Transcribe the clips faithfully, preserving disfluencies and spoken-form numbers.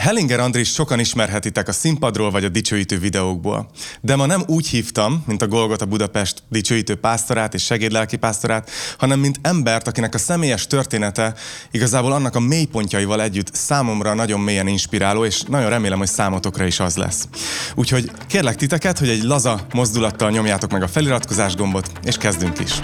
Hellinger Andrist sokan ismerhetitek a színpadról vagy a dicsőítő videókból. De ma nem úgy hívtam, mint a Golgota Budapest dicsőítő pásztorát és segédlelkipásztorát, hanem mint embert, akinek a személyes története igazából annak a mélypontjaival együtt számomra nagyon mélyen inspiráló, és nagyon remélem, hogy számotokra is az lesz. Úgyhogy kérlek titeket, hogy egy laza mozdulattal nyomjátok meg a feliratkozás gombot, és kezdünk is.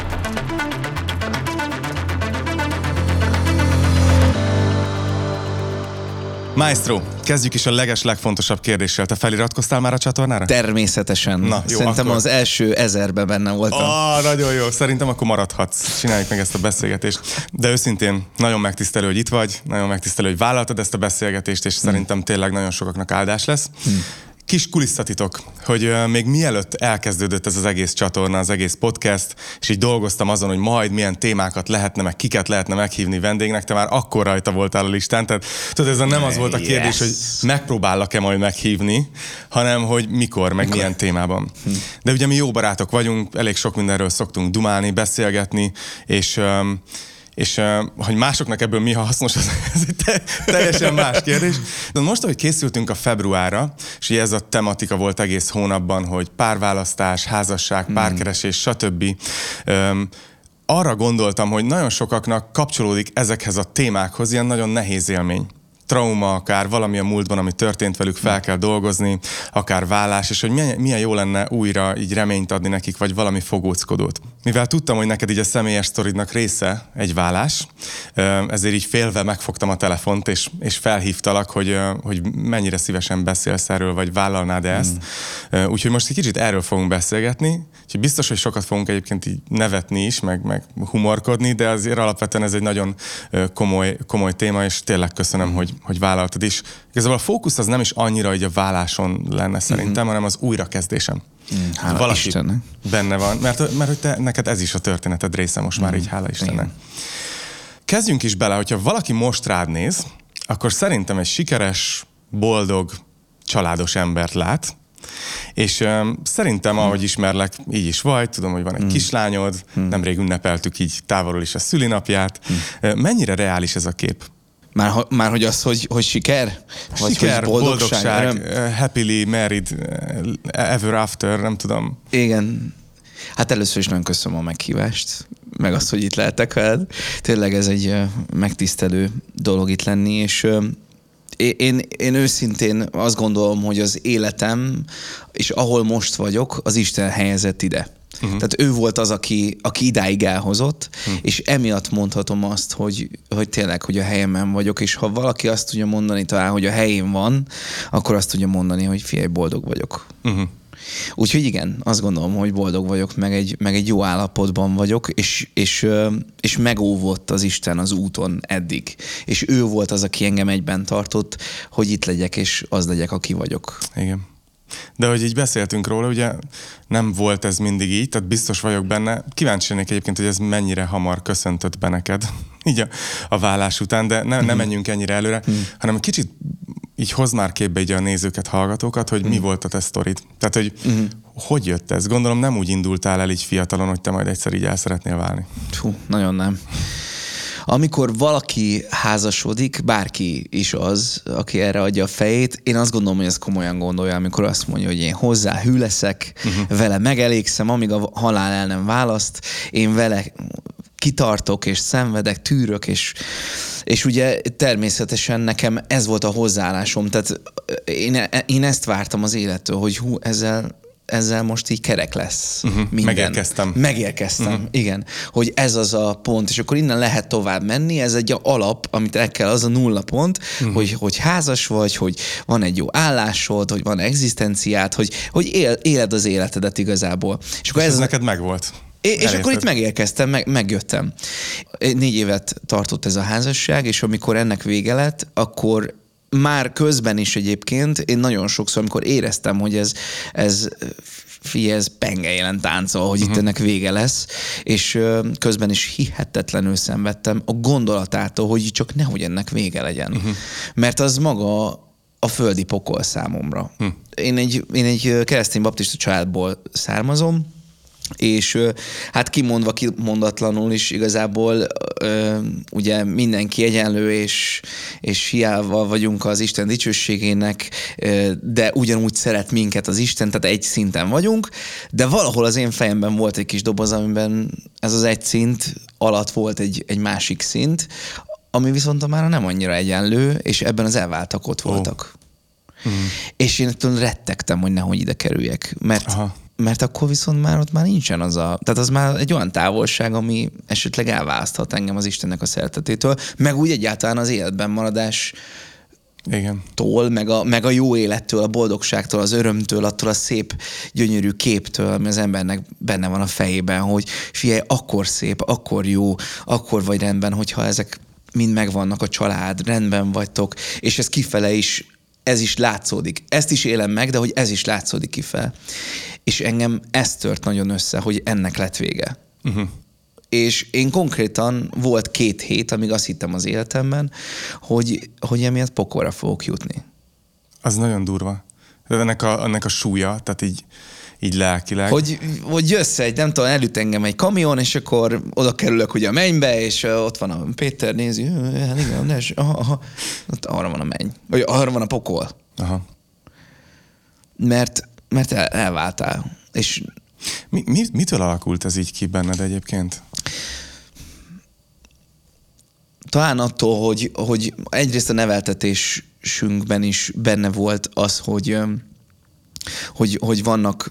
Maestro, kezdjük is a leges legfontosabb kérdéssel. Te feliratkoztál már a csatornára? Természetesen. Na, jó, Szerintem akkor... az első ezerben benne voltam. Ah, nagyon jó. Szerintem akkor maradhatsz. Csináljuk meg ezt a beszélgetést. De őszintén nagyon megtisztelő, hogy itt vagy, nagyon megtisztelő, hogy vállaltad ezt a beszélgetést, és hmm. szerintem tényleg nagyon sokaknak áldás lesz. Hmm. Kis kulisszatitok, hogy uh, még mielőtt elkezdődött ez az egész csatorna, az egész podcast, és így dolgoztam azon, hogy majd milyen témákat lehetne, meg kiket lehetne meghívni vendégnek, te már akkor rajta voltál a listán. Tehát tudod, ez nem az volt a kérdés, yes. hogy megpróbállak-e majd meghívni, hanem hogy mikor, meg mikor? Milyen témában. Hm. De ugye mi jó barátok vagyunk, elég sok mindenről szoktunk dumálni, beszélgetni, és... Um, és uh, hogy másoknak ebből mi hasznos, az, ez egy te, teljesen más kérdés. De most, ahogy készültünk a februárra, és ez a tematika volt egész hónapban, hogy párválasztás, házasság, párkeresés, stb. Um, arra gondoltam, hogy nagyon sokaknak kapcsolódik ezekhez a témákhoz ilyen nagyon nehéz élmény. Trauma, akár valami a múltban, ami történt velük, fel kell dolgozni, akár vállás, és hogy milyen, milyen jó lenne újra így reményt adni nekik, vagy valami fogóckodót. Mivel tudtam, hogy neked így a személyes sztoridnak része egy vállás, ezért így félve megfogtam a telefont, és, és felhívtalak, hogy, hogy mennyire szívesen beszélsz erről, vagy vállalnád ezt. Mm. Úgyhogy most egy kicsit erről fogunk beszélgetni, úgyhogy biztos, hogy sokat fogunk egyébként így nevetni is, meg, meg humorkodni, de azért alapvetően ez egy nagyon komoly, komoly téma, és tényleg köszönöm, mm. hogy hogy vállaltad is. Igazából a fókusz az nem is annyira így a válláson lenne szerintem, mm-hmm. hanem az újrakezdésem. Mm, hála valaki Istennek. Benne van, mert, mert hogy te, neked ez is a történeted része most mm, már így, hála Istennek. Igen. Kezdjünk is bele, hogyha valaki most rád néz, akkor szerintem egy sikeres, boldog, családos embert lát, és um, szerintem, ahogy ismerlek, így is vagy, tudom, hogy van egy mm. kislányod, mm. nemrég ünnepeltük így távolról is a szülinapját. Mm. Mennyire reális ez a kép? Már, már hogy az, hogy, hogy siker? Vagy siker, hogy boldogság, boldogság uh, happily married, uh, ever after, nem tudom. Igen. Hát először is nagyon köszönöm a meghívást, meg azt, hogy itt lehetek veled. Tényleg ez egy uh, megtisztelő dolog itt lenni, és uh, én, én őszintén azt gondolom, hogy az életem, és ahol most vagyok, az Isten helyezett ide. Uh-huh. Tehát ő volt az, aki, aki idáig elhozott, uh-huh. és emiatt mondhatom azt, hogy, hogy tényleg, hogy a helyemen vagyok, és ha valaki azt tudja mondani talán, hogy a helyén van, akkor azt tudja mondani, hogy figyelj, boldog vagyok. Uh-huh. Úgyhogy igen, azt gondolom, hogy boldog vagyok, meg egy, meg egy jó állapotban vagyok, és, és, és megóvott az Isten az úton eddig. És ő volt az, aki engem egyben tartott, hogy itt legyek, és az legyek, aki vagyok. Igen. De hogy így beszéltünk róla, ugye nem volt ez mindig így, tehát biztos vagyok benne. Kíváncsi lennék egyébként, hogy ez mennyire hamar köszöntött be neked, így a, a vállás után, de ne, mm. ne menjünk ennyire előre, mm. hanem kicsit így hozd már képbe így a nézőket, hallgatókat, hogy mm. mi volt a te sztorid. Tehát, hogy mm. hogy jött ez? Gondolom nem úgy indultál el így fiatalon, hogy te majd egyszer így el szeretnél válni. Hú, nagyon nem. Amikor valaki házasodik, bárki is az, aki erre adja a fejét, én azt gondolom, hogy ez komolyan gondolja, amikor azt mondja, hogy én hozzá hű leszek, uh-huh. vele megelégszem, amíg a halál el nem választ, én vele kitartok és szenvedek, tűrök, és, és ugye természetesen nekem ez volt a hozzáállásom, tehát én, én ezt vártam az élettől, hogy hú, ezzel ezzel most így kerek lesz. Uh-huh. Minden. Megérkeztem. Megérkeztem, uh-huh. igen. Hogy ez az a pont, és akkor innen lehet tovább menni, ez egy alap, amit el kell, az a nulla pont, uh-huh. hogy, hogy házas vagy, hogy van egy jó állásod, hogy van egzisztenciád, hogy, hogy él, éled az életedet igazából. És, akkor és ez, ez neked megvolt. És Elérted. Akkor itt megérkeztem, meg, megjöttem. Négy évet tartott ez a házasság, és amikor ennek vége lett, akkor már közben is egyébként én nagyon sokszor, amikor éreztem, hogy ez, ez figyelj, ez pengejelen táncol, hogy uh-huh. itt ennek vége lesz, és közben is hihetetlenül szenvedtem a gondolatától, hogy csak nehogy ennek vége legyen. Uh-huh. Mert az maga a földi pokol számomra. Uh-huh. Én egy, én egy keresztény baptista családból származom, És hát kimondva, kimondatlanul is igazából ö, ugye mindenki egyenlő, és, és hiába vagyunk az Isten dicsőségének, ö, de ugyanúgy szeret minket az Isten, tehát egy szinten vagyunk, de valahol az én fejemben volt egy kis doboz, amiben ez az egy szint alatt volt egy, egy másik szint, ami viszont már nem annyira egyenlő, és ebben az elváltak ott voltak. Oh. Mm. És én ettől rettegtem, hogy nehogy ide kerüljek, mert Aha. mert akkor viszont már ott már nincsen az a... Tehát az már egy olyan távolság, ami esetleg elválaszthat engem az Istennek a szeretetétől, meg úgy egyáltalán az életben maradás Igen. tól, meg a, meg a jó élettől, a boldogságtól, az örömtől, attól a szép, gyönyörű képtől, ami az embernek benne van a fejében, hogy figyelj, akkor szép, akkor jó, akkor vagy rendben, hogyha ezek mind megvannak, a család, rendben vagytok, és ez kifele is, ez is látszódik. Ezt is élem meg, de hogy ez is látszódik kifele. És engem ez tört nagyon össze, hogy ennek lett vége. Uh-huh. És én konkrétan volt két hét, amíg azt hittem az életemben, hogy, hogy emiatt pokolra fogok jutni. Az nagyon durva. De ennek a, ennek a súlya, tehát így, így lelkileg. Hogy, hogy jössz egy, nem tudom, elüt engem egy kamion, és akkor oda kerülök ugye a mennybe, és ott van a Péter, nézi, igen, de aha, aha. Ott arra van a menny. Vagy arra van a pokol. Aha. Mert, mert el, elváltál. És mi, mi, mitől alakult ez így ki benned egyébként? Talán attól, hogy, hogy egyrészt a neveltetésünkben is benne volt az, hogy, hogy, hogy vannak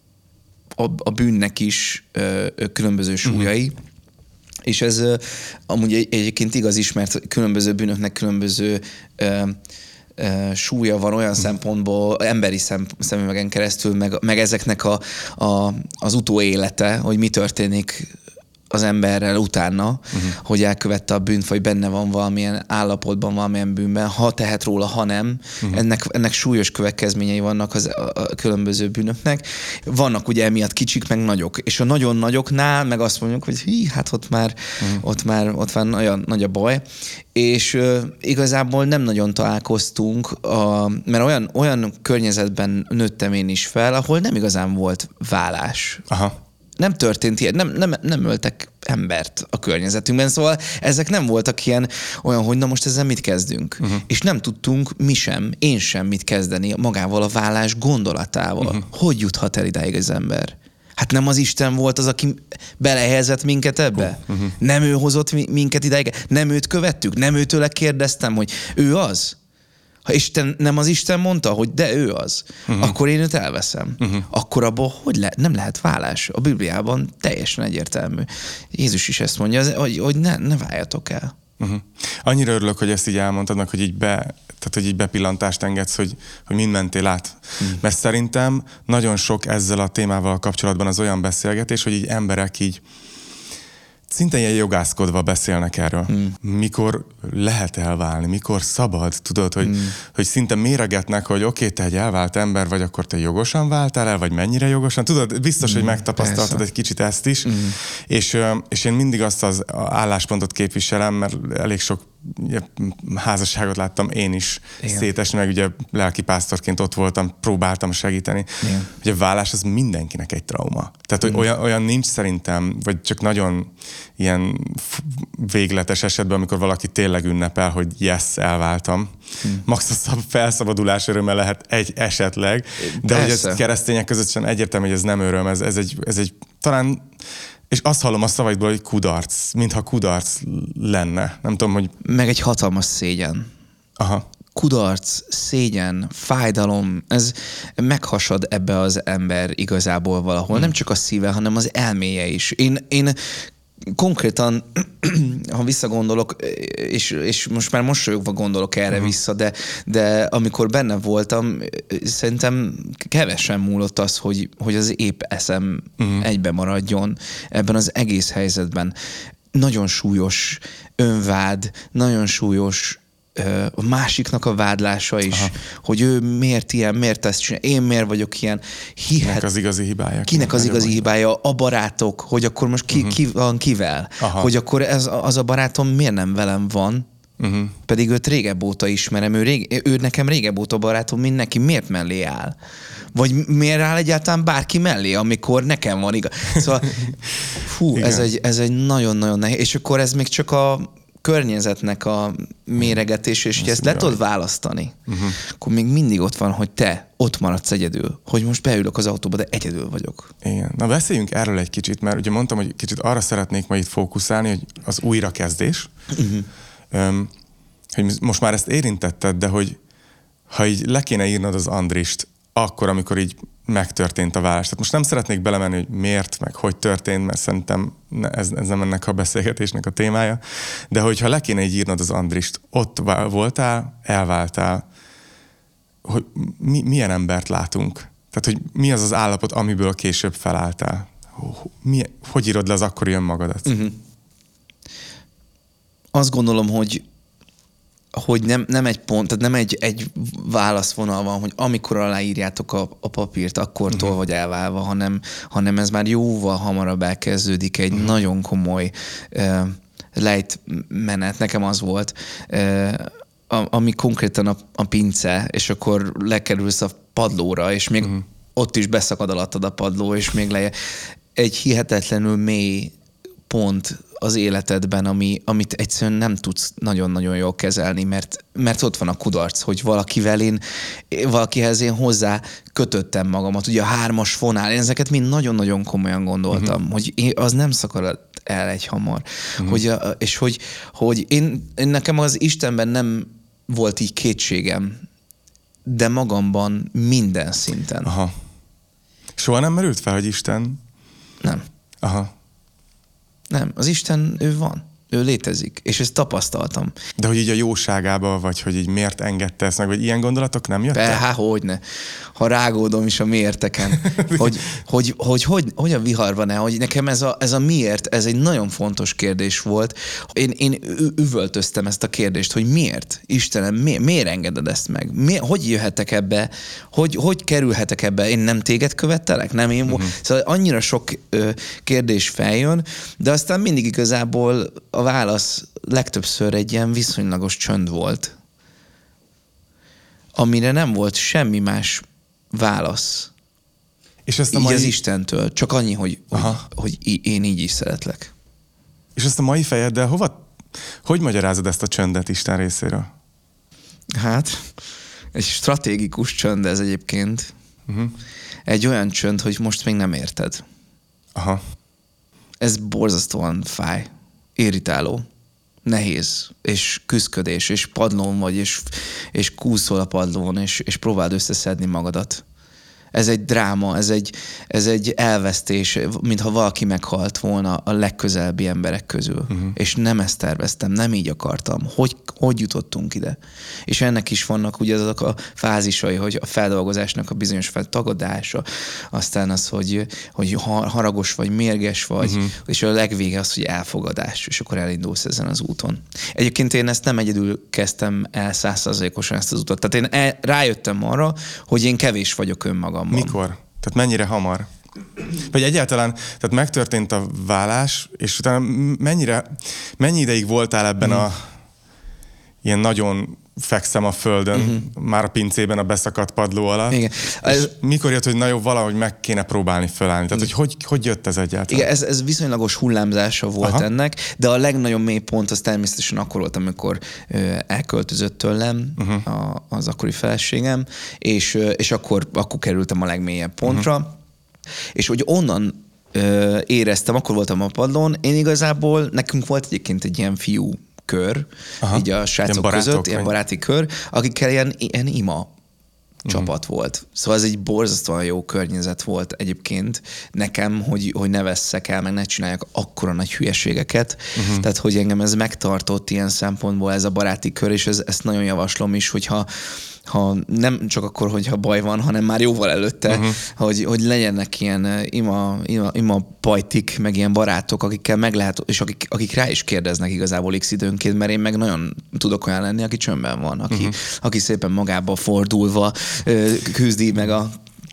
a, a bűnnek is ö, különböző súlyai, uh-huh. és ez ö, amúgy egy, egyébként igaz is, mert különböző bűnöknek különböző ö, ö, súlya van olyan uh-huh. szempontból, emberi szem, szemüvegen keresztül, meg, meg ezeknek a, a, az utóélete, hogy mi történik az emberrel utána, uh-huh. hogy elkövette a bűnt, vagy benne van valamilyen állapotban, valamilyen bűnben, ha tehet róla, ha nem. Uh-huh. Ennek, ennek súlyos következményei vannak az, a, a különböző bűnöknek. Vannak ugye emiatt kicsik, meg nagyok. És a nagyon nagyoknál meg azt mondjuk, hogy hí, hát ott már, uh-huh. ott már, ott már nagyon nagy a baj. És uh, igazából nem nagyon találkoztunk, a, mert olyan, olyan környezetben nőttem én is fel, ahol nem igazán volt válás. Aha. Nem történt ilyen, nem, nem, nem öltek embert a környezetünkben, szóval ezek nem voltak ilyen olyan, hogy na most ezzel mit kezdünk. Uh-huh. És nem tudtunk mi sem, én sem mit kezdeni magával a vállás gondolatával. Uh-huh. Hogy juthat el idáig az ember? Hát nem az Isten volt az, aki belehelyezett minket ebbe? Uh-huh. Nem ő hozott minket idáig? Nem őt követtük? Nem őtőle kérdeztem, hogy ő az? Ha Isten, nem az Isten mondta, hogy de ő az, uh-huh. akkor én őt elveszem. Uh-huh. Akkor abból hogy le, nem lehet válás. A Bibliában teljesen egyértelmű. Jézus is ezt mondja, hogy, hogy ne, ne váljatok el. Uh-huh. Annyira örülök, hogy ezt így elmondtad meg, hogy így, be, tehát, hogy így bepillantást engedsz, hogy, hogy mind mentél át. Uh-huh. Mert szerintem nagyon sok ezzel a témával kapcsolatban az olyan beszélgetés, hogy így emberek így szinte ilyen jogászkodva beszélnek erről. Hmm. Mikor lehet elválni, mikor szabad, tudod, hogy, hmm. hogy szinte méregetnek, hogy oké, okay, te egy elvált ember vagy, akkor te jogosan váltál el, vagy mennyire jogosan. Tudod, biztos, hmm. hogy megtapasztaltad Persze. egy kicsit ezt is. Hmm. És, és én mindig azt az álláspontot képviselem, mert elég sok házasságot láttam én is Igen. szétesni, meg ugye lelkipásztorként ott voltam, próbáltam segíteni. Igen. Hogy a vállás az mindenkinek egy trauma. Tehát hogy olyan, olyan nincs szerintem, vagy csak nagyon ilyen végletes esetben, amikor valaki tényleg ünnepel, hogy yes, elváltam. Hmm. Max a felszabadulás öröme lehet egy esetleg, de Persze. hogy ez keresztények között sem egyértelmű, hogy ez nem öröm, ez, ez, egy, ez egy talán. És azt hallom a szavaidból, hogy kudarc, mintha kudarc lenne. Nem tudom, hogy... Meg egy hatalmas szégyen. Aha. Kudarc, szégyen, fájdalom, ez meghasad ebbe az ember igazából valahol. Hmm. Nem csak a szíve, hanem az elméje is. Én, én konkrétan, ha visszagondolok, és, és most már mosolyogva gondolok erre uh-huh. vissza, de, de amikor benne voltam, szerintem kevesen múlott az, hogy, hogy az épp eszem uh-huh. egybe maradjon ebben az egész helyzetben. Nagyon súlyos önvád, nagyon súlyos a másiknak a vádlása is, Aha. hogy ő miért ilyen, miért ezt csinál, én miért vagyok ilyen. Hihet, kinek az igazi hibája? Kinek az igazi hibája? A barátok, hogy akkor most ki, uh-huh. ki van kivel? Aha. Hogy akkor ez, az a barátom miért nem velem van, Uh-huh. Pedig őt régebb óta ismerem, ő, rég, ő nekem régebb óta barátom, mint neki. Miért mellé áll? Vagy miért áll egyáltalán bárki mellé, amikor nekem van igaz? Szóval, fú, ez egy, ez egy nagyon-nagyon nehéz. És akkor ez még csak a környezetnek a méregetés, és hogy ezt le tudod választani, uh-huh. akkor még mindig ott van, hogy te ott maradsz egyedül, hogy most beülök az autóba, de egyedül vagyok. Igen. Na beszéljünk erről egy kicsit, mert ugye mondtam, hogy kicsit arra szeretnék majd itt fókuszálni, hogy az újrakezdés, uh-huh. um, hogy most már ezt érintetted, de hogy ha így le kéne írnod az Andrist, akkor, amikor így megtörtént a válás. Tehát most nem szeretnék belemenni, hogy miért, meg hogy történt, mert szerintem ez, ez nem ennek a beszélgetésnek a témája, de hogyha le kéne így írnod az Andrist, ott voltál, elváltál, hogy mi, milyen embert látunk? Tehát, hogy mi az az állapot, amiből később felálltál? Mi, hogy írod le az akkori önmagadat? Uh-huh. Azt gondolom, hogy hogy nem, nem egy pont, tehát nem egy, egy válaszvonal van, hogy amikor aláírjátok a, a papírt, akkortól uh-huh. vagy elválva, hanem, hanem ez már jóval hamarabb elkezdődik egy uh-huh. nagyon komoly uh, lejtmenet. Nekem az volt, uh, ami konkrétan a, a pince, és akkor lekerülsz a padlóra, és még uh-huh. ott is beszakad alattad a padló, és még le egy hihetetlenül mély pont az életedben, ami, amit egyszerűen nem tudsz nagyon-nagyon jól kezelni, mert, mert ott van a kudarc, hogy valakivel én, valakihez én hozzá kötöttem magamat. Ugye a hármas fonál, én ezeket mind nagyon-nagyon komolyan gondoltam, uh-huh. hogy én, az nem szakad el egy hamar. Uh-huh. Hogy a, és hogy, hogy én, én nekem az Istenben nem volt így kétségem, de magamban minden szinten. Aha. Soha nem merült fel, hogy Isten? Nem. Aha. Nem, az Isten, ő van. Ő létezik, és ezt tapasztaltam. De hogy így a jóságába, vagy hogy így miért engedte ezt meg, vagy ilyen gondolatok nem jöttek? Há, hogyne. Ha rágódom is a miérteken. hogy, hogy, hogy, hogy, hogy a viharban-e, hogy nekem ez a, ez a miért, ez egy nagyon fontos kérdés volt. Én, én üvöltöztem ezt a kérdést, hogy miért? Istenem, miért, miért engeded ezt meg? Mi, hogy jöhetek ebbe? Hogy, hogy kerülhetek ebbe? Én nem téged követtelek? Nem én? Uh-huh. Szóval annyira sok ö, kérdés feljön, de aztán mindig igazából a válasz legtöbbször egy ilyen viszonylagos csönd volt, amire nem volt semmi más válasz. És ezt a így mai... az Istentől. Csak annyi, hogy, hogy, hogy én így is szeretlek. És ezt a mai fejeddel hova, hogy magyarázod ezt a csöndet Isten részéről? Hát, egy stratégikus csönd ez egyébként. Uh-huh. Egy olyan csönd, hogy most még nem érted. Aha. Ez borzasztóan fáj. Irritáló, nehéz, és küszködés, és padlón vagy, és, és kúszol a padlón, és, és próbáld összeszedni magadat. Ez egy dráma, ez egy, ez egy elvesztés, mintha valaki meghalt volna a legközelebbi emberek közül. Uh-huh. És nem ezt terveztem, nem így akartam. Hogy, hogy jutottunk ide? És ennek is vannak ugye azok a fázisai, hogy a feldolgozásnak a bizonyos feltagadása, aztán az, hogy, hogy haragos vagy, mérges vagy, uh-huh. és a legvége az, hogy elfogadás, és akkor elindulsz ezen az úton. Egyébként én ezt nem egyedül kezdtem el száz százalékosan ezt az utat. Tehát én el, rájöttem arra, hogy én kevés vagyok önmagam. Mikor? Tehát mennyire hamar? Vagy egyáltalán, tehát megtörtént a válás, és utána mennyire, mennyi ideig voltál ebben mm. a ilyen nagyon fekszem a földön, mm-hmm. már a pincében a beszakadt padló alatt. Igen. És mikor jött, hogy na jó, valahogy meg kéne próbálni fölállni? Tehát, hogy hogy, hogy jött ez egyáltalán? Igen, ez, ez viszonylagos hullámzása volt Aha. ennek, de a legnagyobb mély pont az természetesen akkor volt, amikor ö, elköltözött tőlem uh-huh. a, az akkori feleségem, és, ö, és akkor, akkor kerültem a legmélyebb pontra, uh-huh. és hogy onnan ö, éreztem, akkor voltam a padlón, én igazából, nekünk volt egyébként egy ilyen fiú kör, Aha. így a srácok ilyen között, ilyen baráti kör, akikkel ilyen, ilyen ima uh-huh. csapat volt. Szóval ez egy borzasztóan jó környezet volt egyébként nekem, hogy, hogy ne vesszek el, meg ne csináljak akkora nagy hülyeségeket. Uh-huh. Tehát, hogy engem ez megtartott ilyen szempontból ez a baráti kör, és ez, ezt nagyon javaslom is, hogyha ha nem csak akkor, hogyha baj van, hanem már jóval előtte, uh-huh. hogy, hogy legyenek ilyen ima, ima, ima pajtik, meg ilyen barátok, akikkel meg lehet, és akik, akik rá is kérdeznek igazából x időnként, mert én meg nagyon tudok olyan lenni, aki csöndben van, aki, uh-huh. aki szépen magába fordulva küzdi meg a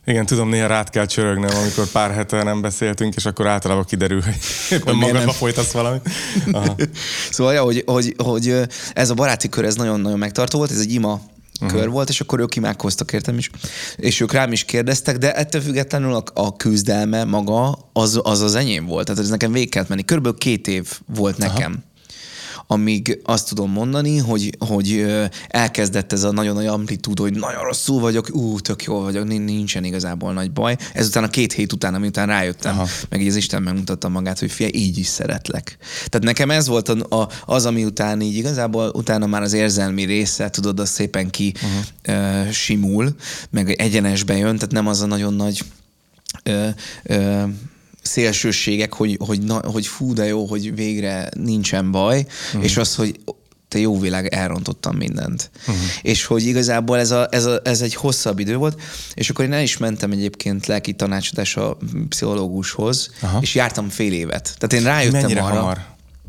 Igen, tudom, néha rád kell csörögnöm, amikor pár hete nem beszéltünk, és akkor általában kiderül, hogy éppen magadba folytasz valamit. Aha. Szóval, ja, hogy, hogy, hogy ez a baráti kör, ez nagyon-nagyon megtartó volt, ez egy ima uh-huh. kör volt, és akkor ők imádkoztak értem is, és ők rám is kérdeztek, de ettől függetlenül a, a küzdelme maga az, az az enyém volt, tehát ez nekem végig kellett menni. Körülbelül két év volt nekem. Aha. Amíg azt tudom mondani, hogy, hogy elkezdett ez a nagyon nagy amplitúdó, hogy nagyon rosszul vagyok, ú, tök jól vagyok, nincsen igazából nagy baj. Ezután a két hét után, amiután rájöttem, aha. meg így az Isten megmutatta magát, hogy figyelj, így is szeretlek. Tehát nekem ez volt a, a, az, ami után így igazából utána már az érzelmi része, tudod, az szépen ki uh-huh. uh, simul, meg egyenesbe jön, tehát nem az a nagyon nagy uh, uh, szélsőségek, hogy, hogy, na, hogy fú, de jó, hogy végre nincsen baj, uh-huh. és az, hogy te jó világ, elrontottam mindent. Uh-huh. És hogy igazából ez, a, ez, a, ez egy hosszabb idő volt, és akkor én el is mentem egyébként lelki tanácsadásra pszichológushoz, aha. és jártam fél évet. Tehát én rájöttem mennyire arra. Hamar?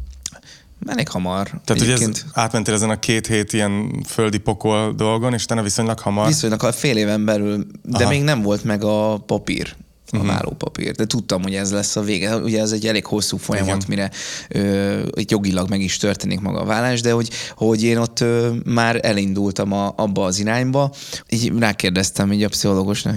Elég hamar. Tehát ugye ez, átmentél ezen a két hét ilyen földi pokol dolgon, és utána viszonylag hamar? Viszonylag a fél éven belül, de aha. még nem volt meg a papír. A uh-huh. válópapír. De tudtam, hogy ez lesz a vége. Ugye ez egy elég hosszú folyamat, igen. mire ö, jogilag meg is történik maga a vállás, de hogy, hogy én ott ö, már elindultam a, abba az irányba. Így rákérdeztem így a pszichológusnak,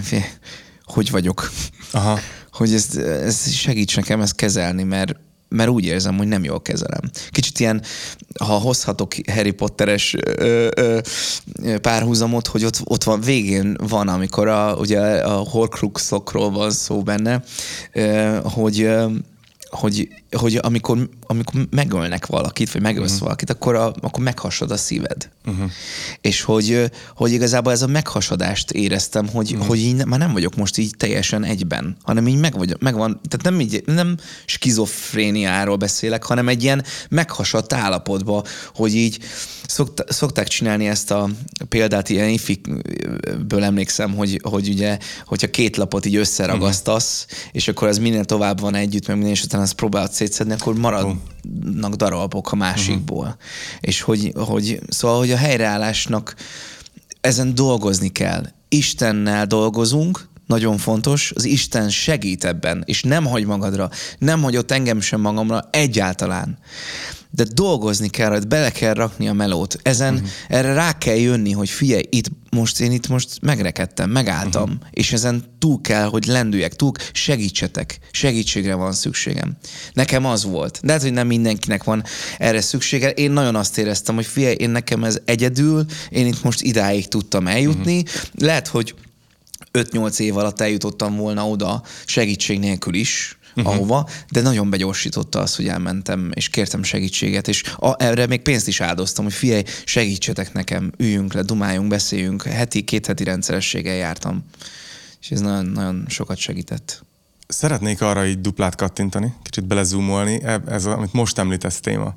hogy vagyok. Aha. Hogy ez, ez segíts nekem ezt kezelni, mert mert úgy érzem, hogy nem jól kezelem. Kicsit ilyen, ha hozhatok Harry Potteres ö, ö, párhuzamot, hogy ott, ott van, végén van, amikor a, ugye a Horcruxokról van szó benne, ö, hogy, ö, hogy, hogy amikor, amikor megölnek valakit, vagy megölsz uh-huh. valakit, akkor, a, akkor meghasad a szíved. Uh-huh. És hogy, hogy igazából ez a meghasadást éreztem, hogy, uh-huh. hogy így már nem vagyok most így teljesen egyben, hanem így meg vagyok, megvan, tehát nem, így, nem skizofréniáról beszélek, hanem egy ilyen meghasadt állapotba, hogy így szokta, szokták csinálni ezt a példát, ilyen ifikből emlékszem, hogy, hogy ugye, hogyha két lapot így összeragasztasz, uh-huh. és akkor az minél tovább van együtt, meg minél, és utána azt próbálod szétszedni, akkor maradnak darabok a másikból. Uh-huh. És hogy, hogy, szóval, hogy a helyreállásnak ezen dolgozni kell. Istennel dolgozunk, nagyon fontos, az Isten segít ebben, és nem hagy magadra, nem hagyott engem sem magamra egyáltalán. De dolgozni kell, bele kell rakni a melót. Ezen, uh-huh. erre rá kell jönni, hogy figyelj, itt most, én itt most megrekedtem, megálltam, uh-huh. és ezen túl kell, hogy lendüljek, túl segítsetek, segítségre van szükségem. Nekem az volt. De hát, hogy nem mindenkinek van erre szüksége. Én nagyon azt éreztem, hogy figyelj, én nekem ez egyedül, én itt most idáig tudtam eljutni. Uh-huh. Lehet, hogy öt-nyolc év alatt eljutottam volna oda segítség nélkül is, uh-huh. ahova, de nagyon begyorsította azt, hogy elmentem, és kértem segítséget, és a, erre még pénzt is áldoztam, hogy figyelj, segítsetek nekem, üljünk le, dumáljunk, beszéljünk, heti, két heti rendszerességgel jártam, és ez nagyon, nagyon sokat segített. Szeretnék arra így duplát kattintani, kicsit belezúmolni, ez, amit most említesz téma,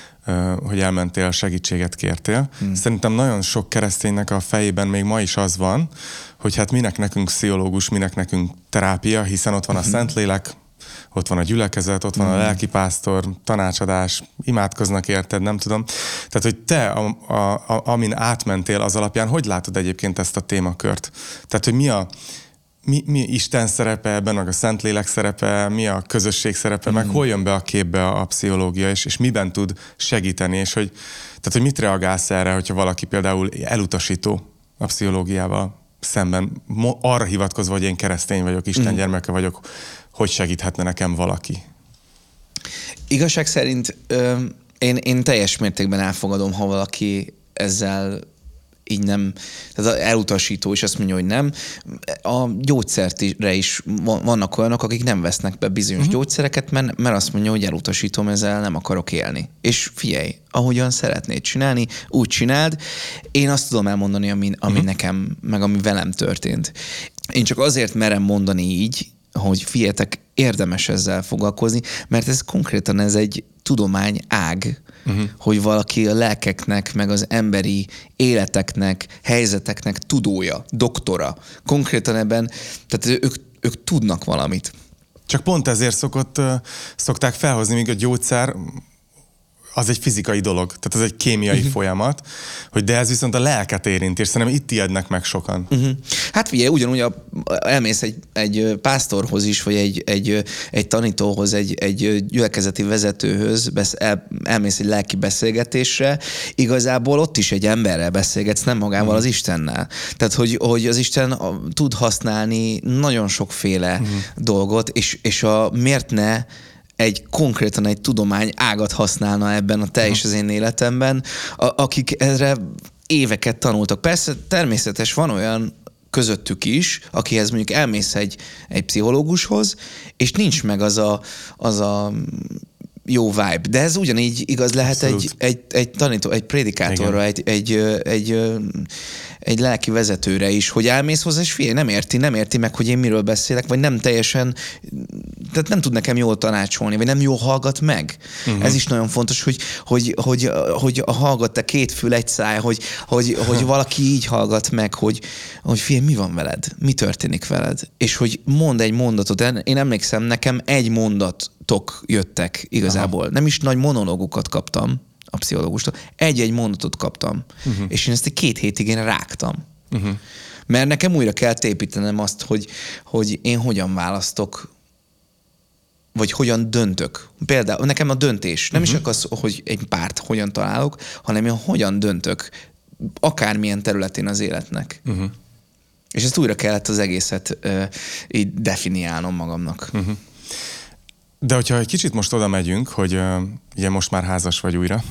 hogy elmentél, segítséget kértél. Hmm. Szerintem nagyon sok kereszténynek a fejében még ma is az van, hogy hát minek nekünk pszichológus, minek nekünk terápia, hiszen ott van a hmm. Szentlélek, ott van a gyülekezet, ott van hmm. a lelkipásztor, tanácsadás, imádkoznak érted, nem tudom. Tehát, hogy te, a, a, a, amin átmentél az alapján, hogy látod egyébként ezt a témakört? Tehát, hogy mi a Mi, mi Isten szerepe ebben, meg a Szentlélek szerepe, mi a közösség szerepe, mm. meg hol jön be a képbe a, a pszichológia, és, és miben tud segíteni, és hogy, tehát, hogy mit reagálsz erre, hogyha valaki például elutasító a pszichológiával szemben, arra hivatkozva, hogy én keresztény vagyok, Isten mm. gyermeke vagyok, hogy segíthetne nekem valaki? Igazság szerint ö, én, én teljes mértékben elfogadom, ha valaki ezzel így nem, tehát elutasító, és azt mondja, hogy nem. A gyógyszertre is vannak olyanok, akik nem vesznek be bizonyos uh-huh. gyógyszereket, mert, mert azt mondja, hogy elutasítom, ezzel nem akarok élni. És figyelj, ahogyan szeretnéd csinálni, úgy csináld. Én azt tudom elmondani, ami, ami uh-huh. nekem, meg ami velem történt. Én csak azért merem mondani így, hogy figyeljetek, érdemes ezzel foglalkozni, mert ez konkrétan ez egy tudomány ág, uh-huh. hogy valaki a lelkeknek, meg az emberi életeknek, helyzeteknek tudója, doktora. Konkrétan ebben, tehát ők, ők tudnak valamit. Csak pont ezért szokott, szokták felhozni, míg a gyógyszer az egy fizikai dolog, tehát ez egy kémiai uh-huh. folyamat, hogy de ez viszont a lelket érinti, és szerintem itt ijednek meg sokan. Uh-huh. Hát figyelj, ugyanúgy a, elmész egy, egy pásztorhoz is, vagy egy, egy, egy tanítóhoz, egy, egy gyülekezeti vezetőhöz, besz, el, elmész egy lelki beszélgetésre, igazából ott is egy emberrel beszélgetsz, nem magával uh-huh. az Istennel. Tehát, hogy, hogy az Isten tud használni nagyon sokféle uh-huh. dolgot, és, és a, miért ne egy konkrétan egy tudomány ágat használna ebben a te és az én életemben, a, akik erre éveket tanultak. Persze természetes, van olyan közöttük is, akihez mondjuk elmész egy, egy pszichológushoz, és nincs meg az a, az a jó vibe. De ez ugyanígy igaz lehet egy, egy, egy tanító, egy prédikátorra, egy, egy, egy, egy lelki vezetőre is, hogy elmész hozzá, és figyelj, nem érti, nem érti meg, hogy én miről beszélek, vagy nem teljesen, tehát nem tud nekem jól tanácsolni, vagy nem jól hallgat meg. Uh-huh. Ez is nagyon fontos, hogy, hogy, hogy, hogy hallgat te két fül, egy száj, hogy, hogy, hogy valaki így hallgat meg, hogy, hogy figyelj, mi van veled? Mi történik veled? És hogy mond egy mondatot. Én emlékszem, nekem egy mondatok jöttek igazából. Aha. Nem is nagy monológukat kaptam a pszichológustól. Egy-egy mondatot kaptam. Uh-huh. És én ezt egy két hétig én rágtam. Uh-huh. Mert nekem újra kell építenem azt, hogy, hogy én hogyan választok, vagy hogyan döntök. Például nekem a döntés nem uh-huh. is az, hogy egy párt hogyan találok, hanem én hogyan döntök akármilyen területén az életnek. Uh-huh. És ezt újra kellett az egészet uh, így definiálnom magamnak. Uh-huh. De hogyha egy kicsit most oda megyünk, hogy uh, ugye most már házas vagy újra,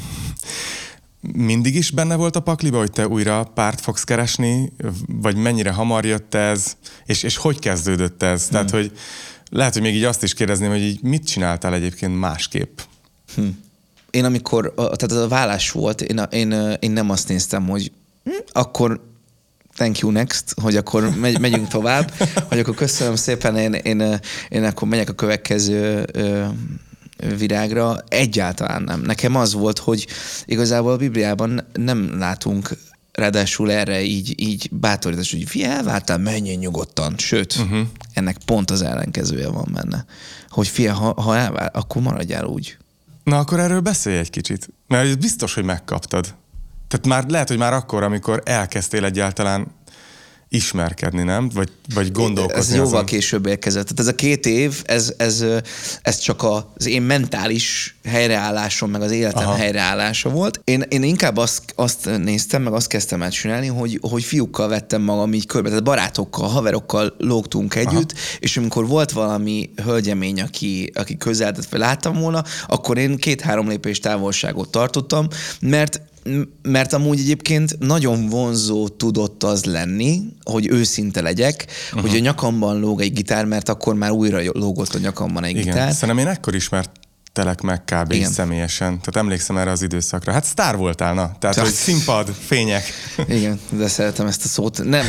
mindig is benne volt a pakliba, hogy te újra párt fogsz keresni, vagy mennyire hamar jött ez, és, és hogy kezdődött ez? Hmm. Tehát, hogy lehet, hogy még így azt is kérdezném, hogy így mit csináltál egyébként másképp? Hmm. Én amikor, tehát az a vállás volt, én, én, én nem azt néztem, hogy hm, akkor thank you next, hogy akkor megy, megyünk tovább, hogy akkor köszönöm szépen, én, én, én akkor megyek a következő ö, virágra. Egyáltalán nem. Nekem az volt, hogy igazából a Bibliában nem látunk ráadásul erre így, így bátorítás, hogy figyelj, elváltál, menjen nyugodtan. Sőt, uh-huh. ennek pont az ellenkezője van benne. Hogy figyelj, ha, ha elvál, akkor maradjál úgy. Na akkor erről beszélj egy kicsit. Mert biztos, hogy megkaptad. Tehát már lehet, hogy már akkor, amikor elkezdtél egyáltalán ismerkedni, nem? Vagy, vagy gondolkozni. Ez jóval azon. Később érkezett. Tehát ez a két év, ez, ez, ez csak az én mentális helyreállásom, meg az életem Aha. helyreállása volt. Én, én inkább azt, azt néztem, meg azt kezdtem el csinálni, hogy, hogy fiúkkal vettem magam így körbe, tehát barátokkal, haverokkal lógtunk együtt, Aha. és amikor volt valami hölgyemény, aki, aki közeledett, vagy láttam volna, akkor én két-három lépés távolságot tartottam, mert mert amúgy egyébként nagyon vonzó tudott az lenni, hogy őszinte legyek, uh-huh. hogy a nyakamban lóg egy gitár, mert akkor már újra lógott a nyakamban egy Igen. gitár. Szerintem én ekkor ismertelek meg kb. Igen. személyesen. Tehát emlékszem erre az időszakra. Hát sztár voltál, na. Tehát, hogy színpad, fények. Igen, de szeretem ezt a szót. Nem,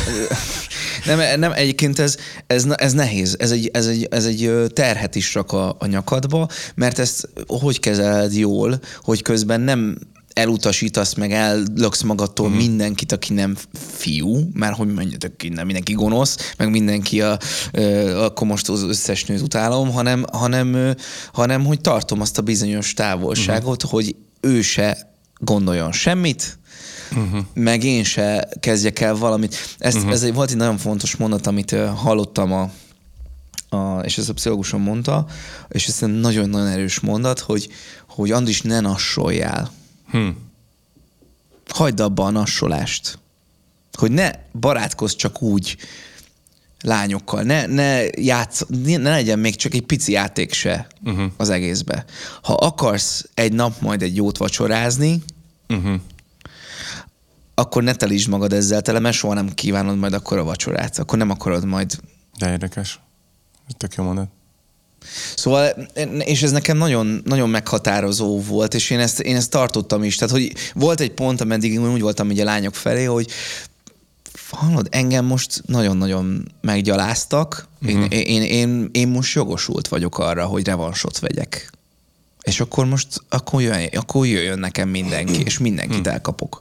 nem, nem egyébként ez, ez, ez nehéz. Ez egy, ez, egy, ez egy terhet is rak a, a nyakadba, mert ezt hogy kezeled jól, hogy közben nem elutasítasz, meg ellöksz magadtól uh-huh. mindenkit, aki nem fiú, mert hogy mondjatok innen, mindenki gonosz, meg mindenki a, akkor most az összes nőt utálom, hanem, hanem, hanem hogy tartom azt a bizonyos távolságot, uh-huh. hogy ő se gondoljon semmit, uh-huh. meg én se kezdjek el valamit. Ezt, uh-huh. Ez egy, volt egy nagyon fontos mondat, amit hallottam a A, és ez a pszichológusom mondta, és ez egy nagyon-nagyon erős mondat, hogy, hogy Andris, ne nassoljál. Hmm. Hagyd abba a nassolást. Hogy ne barátkozz csak úgy lányokkal, ne, ne, játsz, ne legyen még csak egy pici játék se uh-huh. az egészbe. Ha akarsz egy nap majd egy jót vacsorázni, uh-huh. akkor ne telítsd magad ezzel tele, mert soha nem kívánod majd akkor a vacsorát. Akkor nem akarod majd... De érdekes. Tök jó mondat. Szóval, és ez nekem nagyon, nagyon meghatározó volt, és én ezt, én ezt tartottam is. Tehát, hogy volt egy pont, ameddig úgy voltam így a lányok felé, hogy hallod, engem most nagyon-nagyon meggyaláztak, uh-huh. én, én, én, én most jogosult vagyok arra, hogy revansot vegyek. És akkor most, akkor jöjjön, akkor jöjjön nekem mindenki, és mindenkit elkapok.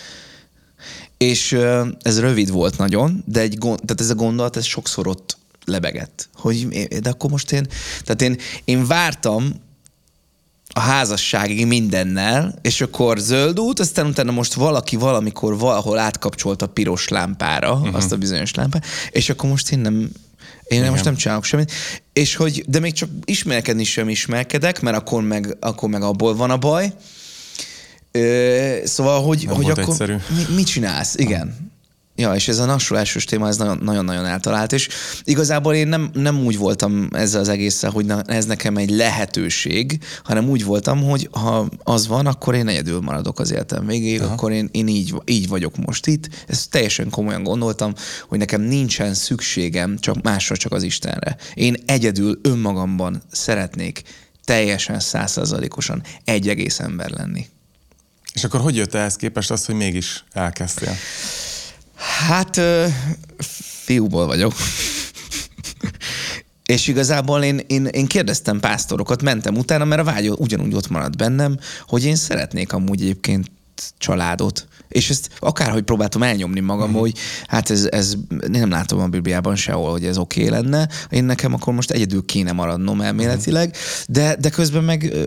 És ez rövid volt nagyon, de egy gond, tehát ez a gondolat, ez sokszor ott lebegett. Hogy, de akkor most én, tehát én, én vártam a házasságig mindennel, és akkor zöld út, aztán utána most valaki valamikor valahol átkapcsolt a piros lámpára, uh-huh. azt a bizonyos lámpát, és akkor most én nem, én nem most nem csinálok semmit. És hogy, de még csak ismerkedni sem ismerkedek, mert akkor meg, akkor meg abból van a baj. Ö, szóval, hogy, hogy akkor mi, mit csinálsz? Igen. Ja, és ez a nassulásos téma, ez nagyon-nagyon eltalált, és igazából én nem, nem úgy voltam ezzel az egésszel, hogy na, ez nekem egy lehetőség, hanem úgy voltam, hogy ha az van, akkor én egyedül maradok az életem végéig, Aha. akkor én, én így, így vagyok most itt. Ezt teljesen komolyan gondoltam, hogy nekem nincsen szükségem csak másra, csak az Istenre. Én egyedül önmagamban szeretnék teljesen százszázalékosan egy egész ember lenni. És akkor hogy jött ehhez képest az, hogy mégis elkezdtél? Hát fiúból vagyok. És igazából én, én, én kérdeztem pásztorokat, mentem utána, mert a vágy ugyanúgy ott maradt bennem, hogy én szeretnék amúgy egyébként családot. És ezt akárhogy próbáltam elnyomni magam, uh-huh. hogy hát ez, ez nem látom a Bibliában sehol, hogy ez oké okay lenne. Én nekem akkor most egyedül kéne maradnom elméletileg, uh-huh. de, de közben meg uh,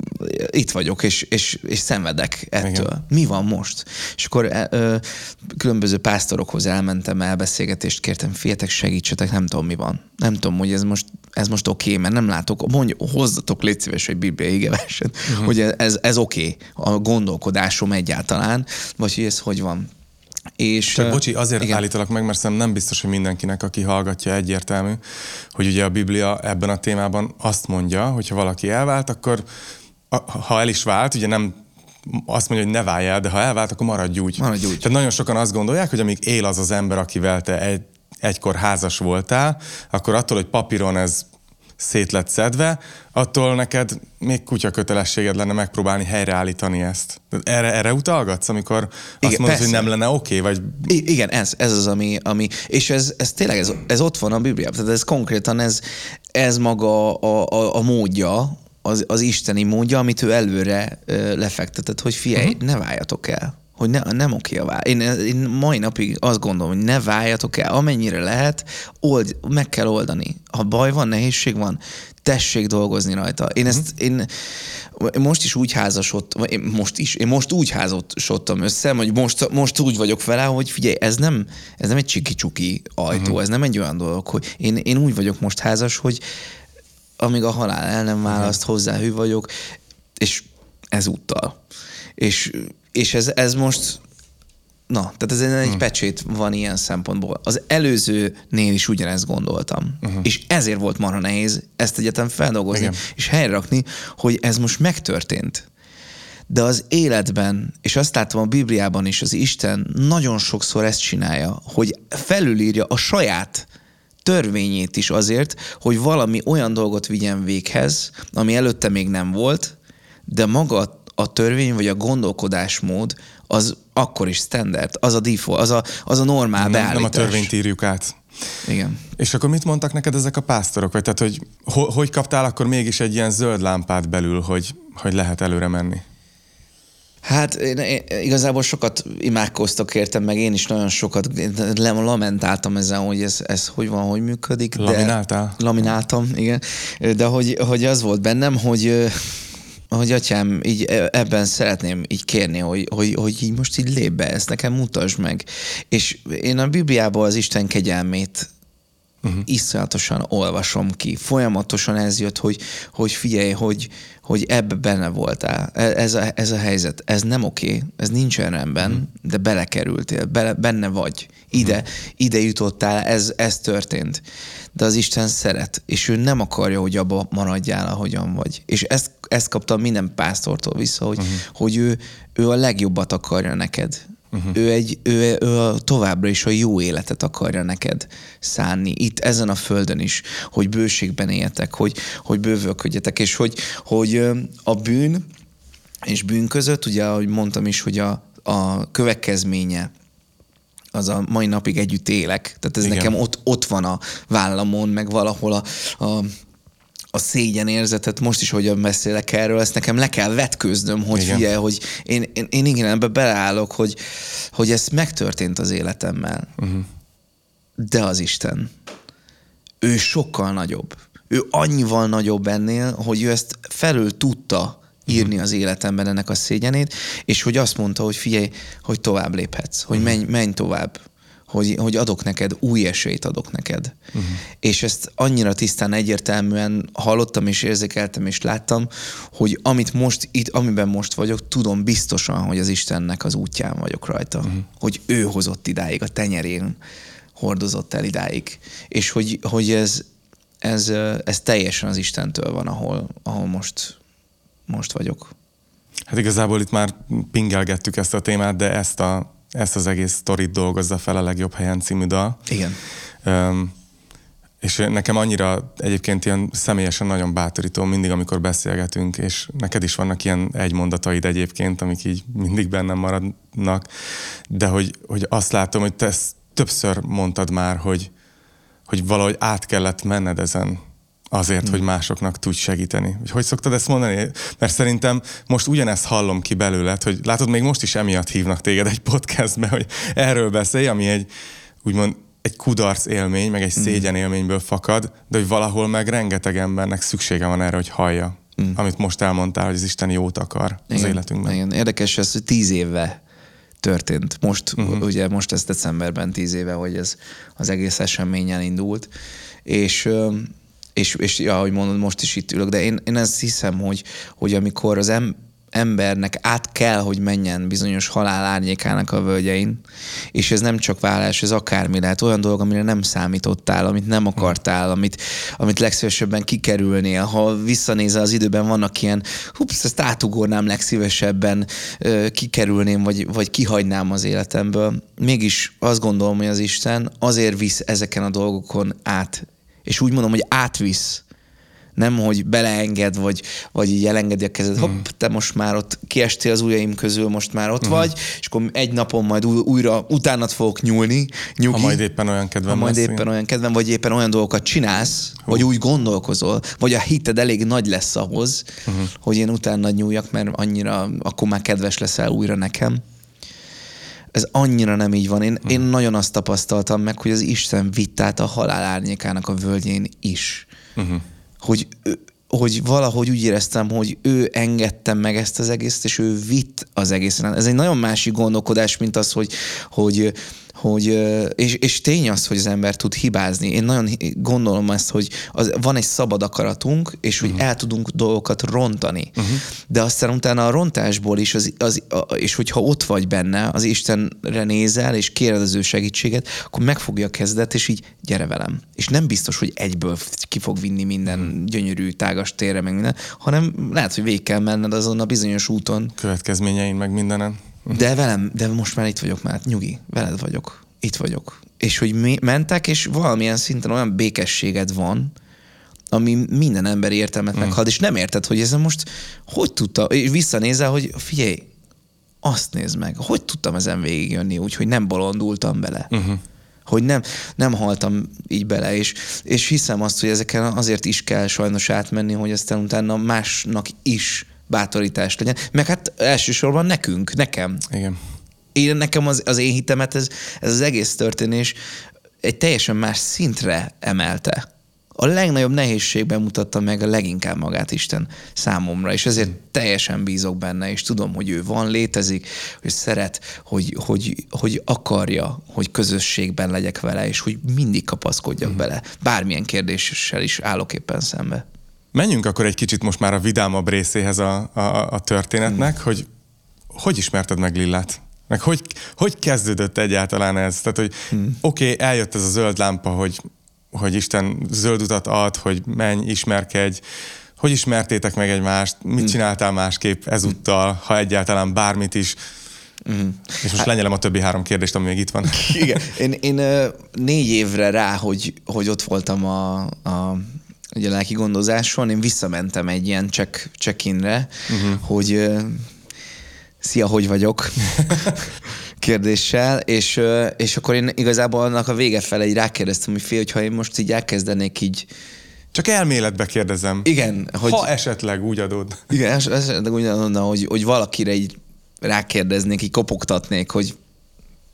itt vagyok, és, és, és szenvedek ettől. Igen. Mi van most? És akkor uh, különböző pásztorokhoz elmentem, elbeszélgetést kértem, figyeljetek, segítsetek, nem tudom, mi van. Nem tudom, hogy ez most, ez most oké, okay, mert nem látok. Mondj, hozzatok, légy szíves, egy bibliai igeverset, uh-huh. hogy ez, ez oké, okay, a gondolkodásom egyáltalán, vagy hogy ez hogy van. És, Csak bocsi, azért igen. állítalak meg, mert szerintem nem biztos, hogy mindenkinek, aki hallgatja, egyértelmű, hogy ugye a Biblia ebben a témában azt mondja, hogy ha valaki elvált, akkor ha el is vált, ugye nem azt mondja, hogy ne válj el, de ha elvált, akkor maradj úgy. Maradj úgy. Tehát nagyon sokan azt gondolják, hogy amíg él az az ember, akivel te egy, egykor házas voltál, akkor attól, hogy papíron ez szét lett szedve, attól neked még kutya kötelességed lenne megpróbálni helyreállítani ezt. Erre, erre utalgatsz, amikor azt igen, mondod, persze. hogy nem lenne oké, okay, vagy... I- igen, ez, ez az, ami... ami és ez, ez tényleg, ez, ez ott van a Bibliában. Tehát ez konkrétan, ez, ez maga a, a, a módja, az, az isteni módja, amit ő előre ö, lefektetett, hogy figyelj, uh-huh. ne váljatok el. Hogy ne, nem oké a vál. Én, én mai napig azt gondolom, hogy ne váljatok el, amennyire lehet, old, meg kell oldani. Ha baj van, nehézség van, tessék dolgozni rajta. Én ezt, én most is úgy házasodtam, én most is, én most úgy házasodtam össze, hogy most, most úgy vagyok vele, hogy figyelj, ez nem, ez nem egy csiki-csuki ajtó, uh-huh. ez nem egy olyan dolog, hogy én, én úgy vagyok most házas, hogy amíg a halál el nem választ, hozzá hű vagyok, és ezúttal. És És ez, ez most, na, tehát ez egy hmm. pecsét van ilyen szempontból. Az előzőnél is ugyanezt gondoltam. Uh-huh. És ezért volt marha nehéz ezt egyetem feldolgozni, igen. és helyre rakni, hogy ez most megtörtént. De az életben, és azt látom a Bibliában is, az Isten nagyon sokszor ezt csinálja, hogy felülírja a saját törvényét is azért, hogy valami olyan dolgot vigyen véghez, ami előtte még nem volt, de maga a törvény vagy a gondolkodásmód az akkor is standard, az a default, az a, az a normál nem, beállítás. Nem a törvényt írjuk át. Igen. És akkor mit mondtak neked ezek a pásztorok? Vagy tehát, hogy ho, hogy kaptál akkor mégis egy ilyen zöld lámpát belül, hogy, hogy lehet előre menni? Hát én, én, igazából sokat imádkoztak értem, meg én is nagyon sokat lamentáltam ezen, hogy ez, ez hogy van, hogy működik. Lamináltál? De, lamináltam, igen. De hogy, hogy az volt bennem, hogy... hogy atyám, így ebben szeretném így kérni, hogy, hogy, hogy így most így lép be, ezt nekem mutasd meg. És én a Bibliában az Isten kegyelmét uh-huh. iszonyatosan olvasom ki. Folyamatosan ez jött, hogy, hogy figyelj, hogy, hogy ebbe benne voltál. Ez a, ez a helyzet, ez nem oké, ez nincsen rendben, uh-huh. de belekerültél, bele, benne vagy. Ide, uh-huh. ide jutottál, ez, ez történt. De az Isten szeret, és ő nem akarja, hogy abba maradjál, ahogyan vagy. És ezt, ezt kaptam minden pásztortól vissza, hogy, uh-huh. hogy ő, ő a legjobbat akarja neked. Uh-huh. Ő, egy, ő, ő a, továbbra is a jó életet akarja neked szánni. Itt ezen a földön is, hogy bőségben éljetek, hogy, hogy bővölködjetek, és hogy, hogy a bűn és bűn között, ugye, ahogy mondtam is, hogy a, a következménye az a mai napig együtt élek. Tehát ez igen. nekem ott, ott van a vállamon, meg valahol a, a, a szégyen érzetet. Most is, hogyan beszélek erről, ezt nekem le kell vetkőznöm, hogy igen. figyelj, hogy én, én, én igen, ebbe beleállok, hogy, hogy ez megtörtént az életemmel. Uh-huh. De az Isten, ő sokkal nagyobb. Ő annyival nagyobb ennél, hogy ő ezt felül tudta írni az életemben ennek a szégyenét, és hogy azt mondta, hogy figyelj, hogy tovább léphetsz, hogy menj, menj tovább, hogy, hogy adok neked, új esélyt adok neked. Uh-huh. És ezt annyira tisztán, egyértelműen hallottam, és érzékeltem, és láttam, hogy amit most itt, amiben most vagyok, tudom biztosan, hogy az Istennek az útján vagyok rajta. Uh-huh. Hogy ő hozott idáig, a tenyerén hordozott el idáig. És hogy, hogy ez, ez, ez teljesen az Istentől van, ahol, ahol most, most vagyok. Hát igazából itt már pingelgettük ezt a témát, de ezt, a, ezt az egész sztorit dolgozza fel a Legjobb helyen című dal. Igen. Um, és nekem annyira egyébként ilyen személyesen nagyon bátorító mindig, amikor beszélgetünk, és neked is vannak ilyen egymondataid egyébként, amik így mindig bennem maradnak, de hogy, hogy azt látom, hogy te ezt többször mondtad már, hogy, hogy valahogy át kellett menned ezen azért, hmm. hogy másoknak tudj segíteni. Hogy, hogy szoktad ezt mondani? Mert szerintem most ugyanezt hallom ki belőled, hogy látod, még most is emiatt hívnak téged egy podcastbe, hogy erről beszélj, ami egy úgymond egy kudarc élmény, meg egy szégyen élményből fakad, de hogy valahol meg rengeteg embernek szüksége van erre, hogy hallja. Mm. Amit most elmondtál, hogy az Isten jót akar az igen, életünkben. Igen, érdekes ez, hogy tíz éve történt. Most, uh-huh. ugye most ez decemberben tíz éve, hogy ez az egész eseményen indult. És, és, és ja, ahogy mondod, most is itt ülök, de én, én ezt hiszem, hogy, hogy amikor az em, embernek át kell, hogy menjen bizonyos halál árnyékának a völgyein, és ez nem csak vállás, ez akármi lehet, olyan dolog, amire nem számítottál, amit nem akartál, amit, amit legszívesebben kikerülnél. Ha visszanézel az időben, vannak ilyen, hups, ezt átugornám legszívesebben, kikerülném, vagy, vagy kihagynám az életemből. Mégis azt gondolom, hogy az Isten azért visz ezeken a dolgokon át. És úgy mondom, hogy átvisz. Nem, hogy beleenged, vagy, vagy így elengedi a kezed, hopp, te most már ott kiestél az ujjaim közül, most már ott uh-huh. vagy, és akkor egy napon majd újra utánad fogok nyúlni, nyugi. Ha majd éppen olyan kedvem Ha majd lesz, éppen olyan kedvem, vagy éppen olyan dolgokat csinálsz, Hú. vagy úgy gondolkozol, vagy a hited elég nagy lesz ahhoz, uh-huh. hogy én utána nyúljak, mert annyira, akkor már kedves leszel újra nekem. Ez annyira nem így van. Én, uh-huh. én nagyon azt tapasztaltam meg, hogy az Isten vitt át a halál árnyékának a völgyén is. Uh-huh. Hogy, hogy valahogy úgy éreztem, hogy ő engedte meg ezt az egészet, és ő vitt az egészen. Ez egy nagyon másik gondolkodás, mint az, hogy, hogy, hogy és, és tény az, hogy az ember tud hibázni. Én nagyon gondolom ezt, hogy az, van egy szabad akaratunk, és hogy uh-huh. el tudunk dolgokat rontani. Uh-huh. De aztán utána a rontásból is, az, az, és hogyha ott vagy benne, az Istenre nézel, és kéred az ő segítséget, akkor megfogja a kezedet, és így gyere velem. És nem biztos, hogy egyből ki fog vinni minden uh-huh. gyönyörű, tágas térre, meg minden, hanem lehet, hogy végig kell menned azon a bizonyos úton. Következményein, meg mindenen. De velem, de most már itt vagyok már, nyugi, veled vagyok, itt vagyok. És hogy mi mentek, és valamilyen szinten olyan békességed van, ami minden emberi értelmet mm. meghad, és nem érted, hogy ezen most hogy tudta, és visszanézel, hogy figyelj, azt nézd meg, hogy tudtam ezen végigjönni úgy, hogy nem bolondultam bele. Uh-huh. Hogy nem, nem haltam így bele, és, és hiszem azt, hogy ezeken azért is kell sajnos átmenni, hogy aztán utána másnak is bátorítás legyen. Meg hát elsősorban nekünk, nekem. Igen. Én, nekem az, az én hitemet, ez, ez az egész történés egy teljesen más szintre emelte. A legnagyobb nehézségben mutatta meg a leginkább magát Isten számomra, és ezért teljesen bízok benne, és tudom, hogy ő van, létezik, hogy szeret, hogy, hogy, hogy akarja, hogy közösségben legyek vele, és hogy mindig kapaszkodjak mm. bele. Bármilyen kérdéssel is állok éppen szembe. Menjünk akkor egy kicsit most már a vidámabb részéhez a, a, a történetnek, mm. hogy hogy ismerted meg Lillát? Meg hogy, hogy kezdődött egyáltalán ez? Tehát, hogy mm. oké, okay, eljött ez a zöld lámpa, hogy hogy Isten zöld utat ad, hogy menj, ismerkedj. Hogy ismertétek meg egymást? Mit csináltál másképp ezúttal, ha egyáltalán bármit is? Mm. És most hát, lenyelem a többi három kérdést, ami még itt van. Igen. Én, én négy évre rá, hogy, hogy ott voltam a, a, ugye a lelki gondozáson, én visszamentem egy ilyen check, check-inre, uh-huh. hogy szia, hogy vagyok? kérdéssel, és, és akkor én igazából annak a vége felé így rákérdeztem, hogy fél, hogyha én most így elkezdenék így... Csak elméletbe kérdezem. Igen. Hogy, ha esetleg úgy adod. Igen, esetleg úgy adod, hogy, hogy valakire így rákérdeznék, így kopogtatnék, hogy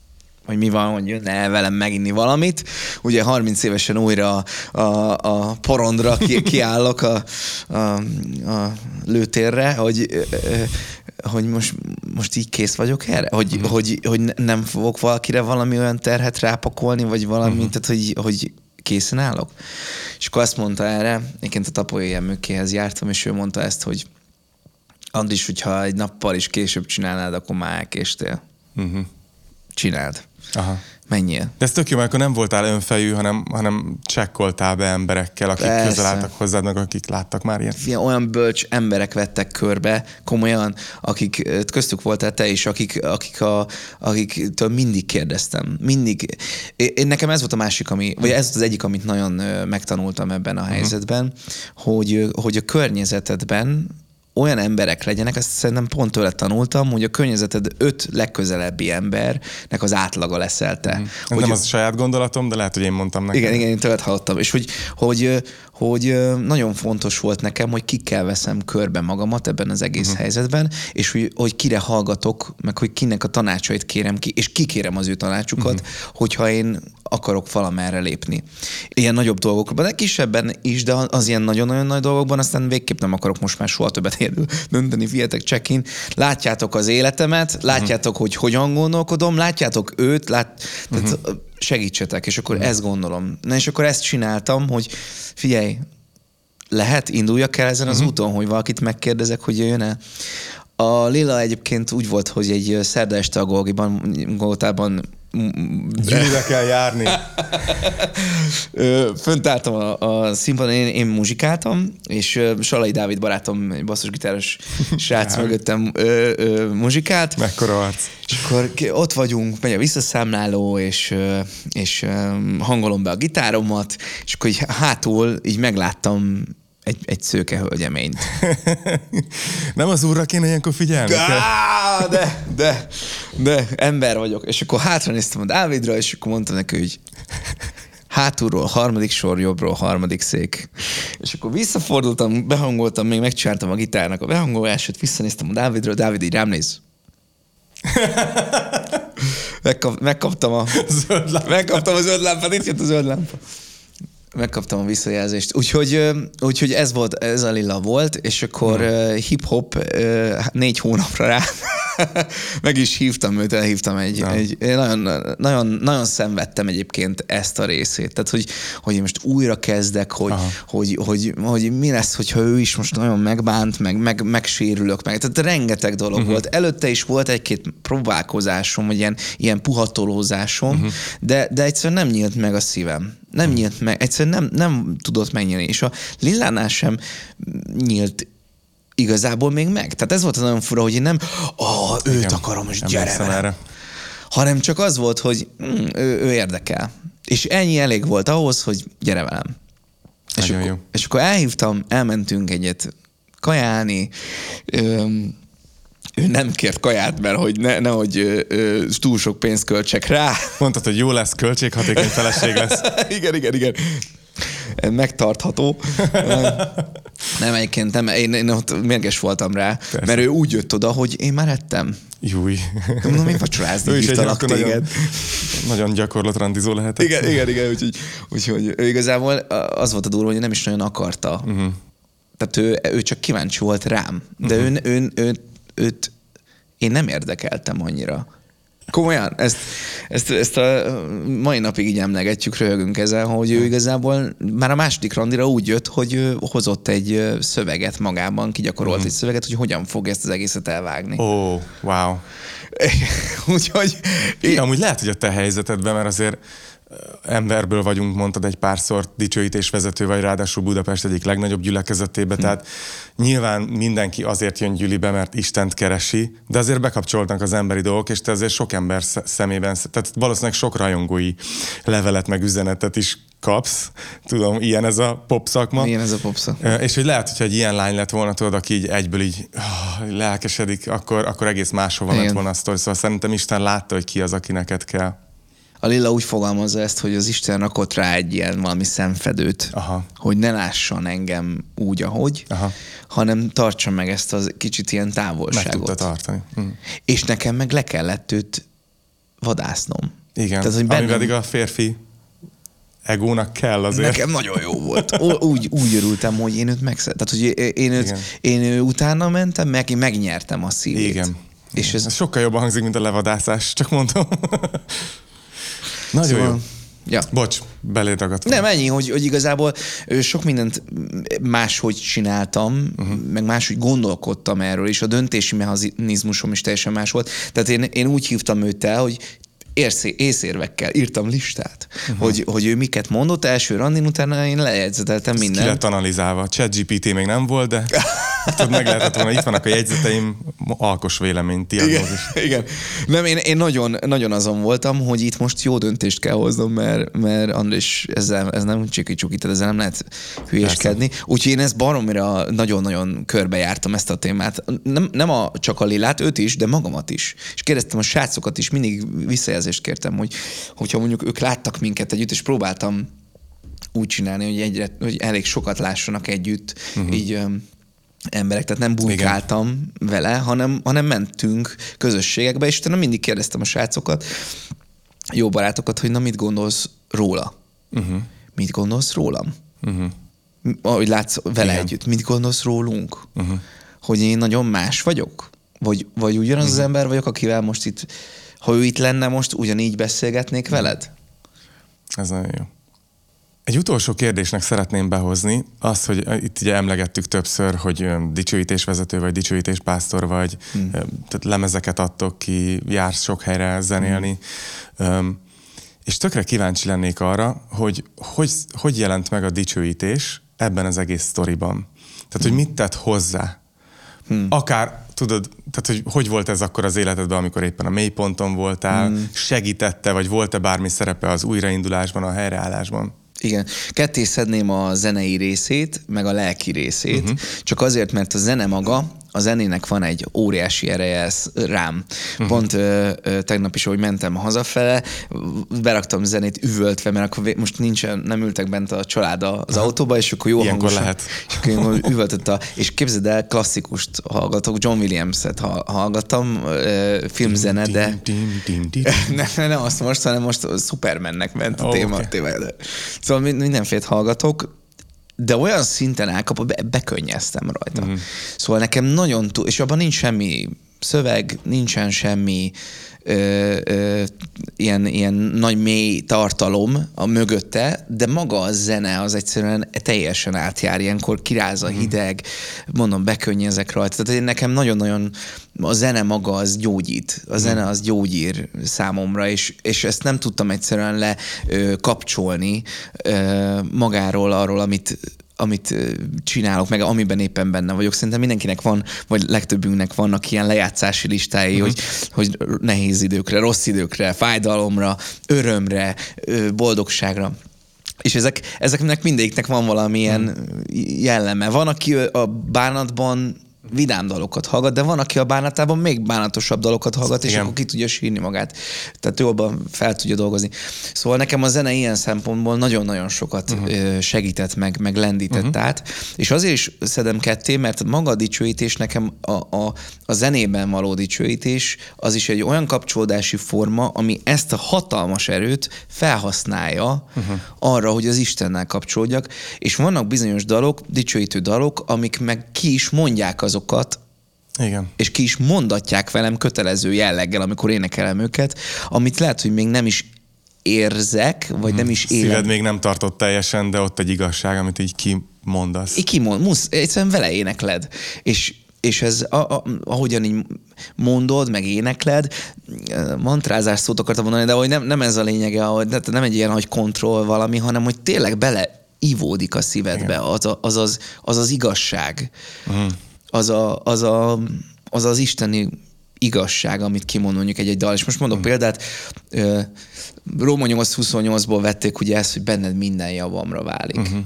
hogy mi van, hogy jönne el velem meginni valamit. Ugye harminc évesen újra a, a, a porondra ki, kiállok a, a, a lőtérre, hogy, hogy most, most így kész vagyok erre? Hogy, uh-huh. hogy, hogy nem fogok valakire valami olyan terhet rápakolni, vagy valami, uh-huh. tehát hogy, hogy készen állok. És akkor azt mondta erre, egyébként a Tapolyai Emőkéhez jártam, és ő mondta ezt, hogy Andris, hogyha egy nappal is később csinálnád, akkor már elkéstél. Uh-huh. Csináld. Aha. Menjél. De ez tök jó, mert akkor nem voltál önfejű, hanem, hanem csekkoltál be emberekkel, akik Persze. közel álltak hozzád, meg akik láttak már ilyet. Fia, olyan bölcs emberek vettek körbe, komolyan, akik, köztük voltál te is, akik, akik a, akiktől mindig kérdeztem. Mindig. Én, nekem ez volt a másik, ami, vagy ez volt az egyik, amit nagyon megtanultam ebben a helyzetben, uh-huh. hogy, hogy a környezetedben olyan emberek legyenek, ezt szerintem pont tőle tanultam, hogy a környezeted öt legközelebbi embernek az átlaga leszel te. Mm. Hogy nem az saját gondolatom, de lehet, hogy én mondtam nekem. Igen, igen, én tőled hallottam. És hogy, hogy, hogy nagyon fontos volt nekem, hogy kikkel veszem körbe magamat ebben az egész uh-huh. helyzetben, és hogy, hogy kire hallgatok, meg hogy kinek a tanácsait kérem ki, és kikérem az ő tanácsukat, uh-huh. hogyha én akarok valamerre lépni. Ilyen nagyobb dolgokban, de kisebben is, de az ilyen nagyon-nagyon nagy dolgokban aztán végképp nem akarok most már soha többet érül dönteni, figyeljetek, check-in. Látjátok az életemet, látjátok, uh-huh. hogy hogyan gondolkodom, látjátok őt, lát, uh-huh. tehát segítsetek, és akkor uh-huh. ezt gondolom. Na és akkor ezt csináltam, hogy figyelj, lehet, induljak el ezen az uh-huh. úton, hogy valakit megkérdezek, hogy jöjjön-e. A Lilla egyébként úgy volt, hogy egy szerda este a Golgiban, Golgotában Gyűlire kell járni. Fönt álltam a, a színpadon, én, én muzsikáltam, és Salai Dávid barátom, egy basszusgitáros srác mögöttem ö, ö, muzsikált. Mekkora arc. És akkor ott vagyunk, megy a visszaszámláló, és, és hangolom be a gitáromat, és akkor így hátul így megláttam egy, egy szőke hölgyeményt. Nem az úrra kéne ilyenkor figyelni? Gá, de, de, de, ember vagyok. És akkor hátra néztem a Dávidra, és akkor mondtam neki, hogy hátulról, harmadik sor, jobbról, harmadik szék. És akkor visszafordultam, behangoltam, még megcsináltam a gitárnak a behangolását, visszanéztem a Dávidra, a Dávid így rám néz. Megkap, megkaptam a zöld lámpát. Megkaptam a zöld lámpát, itt jött a zöld lámpa. Megkaptam a visszajelzést. Úgyhogy, úgyhogy ez volt, ez a Lilla volt, és akkor uh, hip-hop uh, négy hónapra rá meg is hívtam őt, elhívtam egy, egy nagyon, nagyon, nagyon szenvedtem egyébként ezt a részét. Tehát, hogy, hogy én most újra kezdek, hogy, hogy, hogy, hogy mi lesz, hogyha ő is most nagyon megbánt, meg, meg, megsérülök meg. Tehát rengeteg dolog uh-huh. volt. Előtte is volt egy-két próbálkozásom, vagy ilyen, ilyen puhatolózásom, uh-huh. de, de egyszerűen nem nyílt meg a szívem. Nem nyílt meg, egyszerűen nem, nem tudott megnyílni. És a Lillánál sem nyílt igazából még meg. Tehát ez volt az nagyon fura, hogy én nem, ó, őt Igen, akarom, most gyere vele. Hanem csak az volt, hogy hm, ő, ő érdekel. És ennyi elég volt ahhoz, hogy gyere velem. És akkor, és akkor elhívtam, elmentünk egyet kajálni, öm, ő nem kért kaját, mert hogy ne, nehogy ö, ö, túl sok pénzt költsek rá. Mondtad, hogy jó lesz, költséghatékony feleség lesz. igen, igen, igen. Megtartható. Nem, egyébként nem, én, én ott mérges voltam rá, Persze. mert ő úgy jött oda, hogy én már ettem. Júj. Mondom, én vacsorázni hívtalak téged. Nagyon, nagyon gyakorlatrandizó lehetett. Igen, igen, igen, úgyhogy, úgyhogy ő igazából az volt a durva, hogy nem is nagyon akarta. Uh-huh. Tehát ő, ő csak kíváncsi volt rám. De uh-huh. ő, ő, ő, őt én nem érdekeltem annyira. Komolyan, ezt, ezt, ezt a mai napig így emlegetjük, röhögünk ezen, hogy ő igazából már a második randira úgy jött, hogy ő hozott egy szöveget magában, kigyakorolt mm. egy szöveget, hogy hogyan fog ezt az egészet elvágni. Ó, oh, wow. Úgyhogy... Én... Amúgy lehet, hogy a te helyzetedben, mert azért emberből vagyunk, mondtad egy párszor, dicsőítésvezető vagy, ráadásul Budapest egyik legnagyobb gyülekezetébe, hm. tehát nyilván mindenki azért jön gyülibe, mert Istent keresi, de azért bekapcsolnak az emberi dolgok, és te azért sok ember szemében, tehát valószínűleg sok rajongói levelet meg üzenetet is kapsz. Tudom, ilyen ez a pop szakma. Ilyen ez a pop szakma. És hogy lehet, hogyha egy ilyen lány lett volna, tudod, aki így egyből így oh, lelkesedik, akkor, akkor egész máshova ment volna a sztori. Szóval szerintem Isten látta, hogy ki az, aki neked kell. A Lilla úgy fogalmazza ezt, hogy az Isten rakott rá egy ilyen valami szemfedőt, Aha. hogy ne lásson engem úgy, ahogy, Aha. hanem tartsa meg ezt az kicsit ilyen távolságot. Meg tudta tartani. Hm. És nekem meg le kellett őt vadásznom. Igen, Tehát, hogy bennem... ami pedig a férfi egónak kell azért. Nekem nagyon jó volt. Úgy, úgy örültem, hogy én őt megszerettem. Tehát, hogy én, őt, én ő utána mentem, meg én megnyertem a szívét. Igen. És ez... ez sokkal jobban hangzik, mint a levadászás, csak mondom. Nagyon szóval... jó. Ja. Bocs, beléd ragadtam. Nem, ennyi, hogy, hogy igazából sok mindent máshogy csináltam, uh-huh. meg máshogy gondolkodtam erről, és a döntési mechanizmusom is teljesen más volt. Tehát én, én úgy hívtam őt el, hogy érszé, észérvekkel írtam listát, uh-huh. hogy, hogy ő miket mondott első randin, utána én lejegyzeteltem mindent. Ki lett analizálva. ChatGPT még nem volt, de tudod, meg lehetett volna, itt vannak a jegyzeteim, alkos vélemény, diagnózis. Igen, igen. Nem, én, én nagyon, nagyon azon voltam, hogy itt most jó döntést kell hoznom, mert, mert Andrés, ezzel, ez nem csiki-csuki, tehát ezzel nem lehet hülyéskedni. Úgyhogy én ezt baromira nagyon-nagyon körbejártam ezt a témát. Nem, nem a, csak a Lilát, őt is, de magamat is. És kérdeztem a srácokat is, mindig visszajelzést kértem, hogy hogyha mondjuk ők láttak minket együtt, és próbáltam úgy csinálni, hogy, egyre, hogy elég sokat lássanak együtt, uh-huh. így emberek, tehát nem bujkáltam Igen. vele, hanem, hanem mentünk közösségekbe, és utána mindig kérdeztem a srácokat, jó barátokat, hogy na mit gondolsz róla? Uh-huh. Mit gondolsz rólam? Uh-huh. Ahogy látsz vele Igen. együtt, mit gondolsz rólunk? Uh-huh. Hogy én nagyon más vagyok? Vagy, vagy ugyanaz uh-huh. az ember vagyok, akivel most itt, ha ő itt lenne most, ugyanígy beszélgetnék uh-huh. veled? Ez nagyon jó. Egy utolsó kérdésnek szeretném behozni azt, hogy itt ugye emlegettük többször, hogy dicsőítésvezető vagy dicsőítéspásztor vagy, hmm. tehát lemezeket adtok ki, jársz sok helyre zenélni, hmm. és tökre kíváncsi lennék arra, hogy, hogy hogy jelent meg a dicsőítés ebben az egész sztoriban. Tehát, hmm. hogy mit tett hozzá. Hmm. Akár, tudod, tehát, hogy hogy volt ez akkor az életedben, amikor éppen a mélyponton voltál, hmm. segítette, vagy volt-e bármi szerepe az újraindulásban, a helyreállásban? Igen. Ketté szedném a zenei részét, meg a lelki részét, uh-huh. csak azért, mert a zene maga, a zenének van egy óriási ereje rám. Uh-huh. Pont ö, ö, tegnap is, ahogy mentem hazafele, beraktam zenét üvöltve, mert akkor most nincsen, nem ültek bent a család az uh-huh. autóba, és akkor jó Ilyenkor hangosan. lehet. És akkor üvöltött a, és képzeld el, klasszikust hallgatok, John Williams-et hallgattam, ö, filmzene, de nem, nem azt most, hanem most Supermannek ment a oh, téma. Okay. Szóval mindenfélét hallgatok, de olyan szinten elkapva, be, bekönnyeztem rajta. Uh-huh. Szóval nekem nagyon túl, és abban nincs semmi szöveg, nincsen semmi ö, ö, ilyen, ilyen nagy mély tartalom a mögötte, de maga a zene az egyszerűen teljesen átjár, ilyenkor kiráz a hideg, mondom, bekönnyezek rajta. Tehát nekem nagyon-nagyon a zene maga az gyógyít, a zene az gyógyír számomra, és, és ezt nem tudtam egyszerűen lekapcsolni magáról, arról, amit amit csinálok, meg amiben éppen benne vagyok. Szerintem mindenkinek van, vagy legtöbbünknek vannak ilyen lejátszási listái, uh-huh. hogy, hogy nehéz időkre, rossz időkre, fájdalomra, örömre, boldogságra. És ezek, ezeknek mindegyiknek van valamilyen uh-huh. jelleme. Van, aki a bánatban vidám dalokat hallgat, de van, aki a bánatában még bánatosabb dalokat hallgat, és Igen. akkor ki tudja sírni magát. Tehát jobban fel tudja dolgozni. Szóval nekem a zene ilyen szempontból nagyon-nagyon sokat uh-huh. segített meg, meg lendített uh-huh. át, és azért is szedem ketté, mert maga a dicsőítés nekem a, a, a zenében való dicsőítés, az is egy olyan kapcsolódási forma, ami ezt a hatalmas erőt felhasználja uh-huh. arra, hogy az Istennel kapcsolódjak, és vannak bizonyos dalok, dicsőítő dalok, amik meg ki is mondják azokat, Igen. és ki is mondatják velem kötelező jelleggel, amikor énekelem őket, amit lehet, hogy még nem is érzek, vagy hmm. nem is élem. Szíved még nem tartott teljesen, de ott egy igazság, amit így kimondasz. Így kimond, musz, egyszerűen vele énekled. És, és ez, a, a, ahogyan így mondod, meg énekled, mantrázás szót akartam mondani, de hogy nem, nem ez a lényege, hogy nem egy ilyen, hogy kontroll valami, hanem hogy tényleg bele ivódik a szívedbe, az, a, az, az, az az igazság. Hmm. Az, a, az, a, az az isteni igazság, amit kimond mondjuk egy-egy dal. És most mondok mm. példát, Róma nyolc huszonnyolcból vették ugye ezt, hogy benned minden javamra válik. Uh-huh.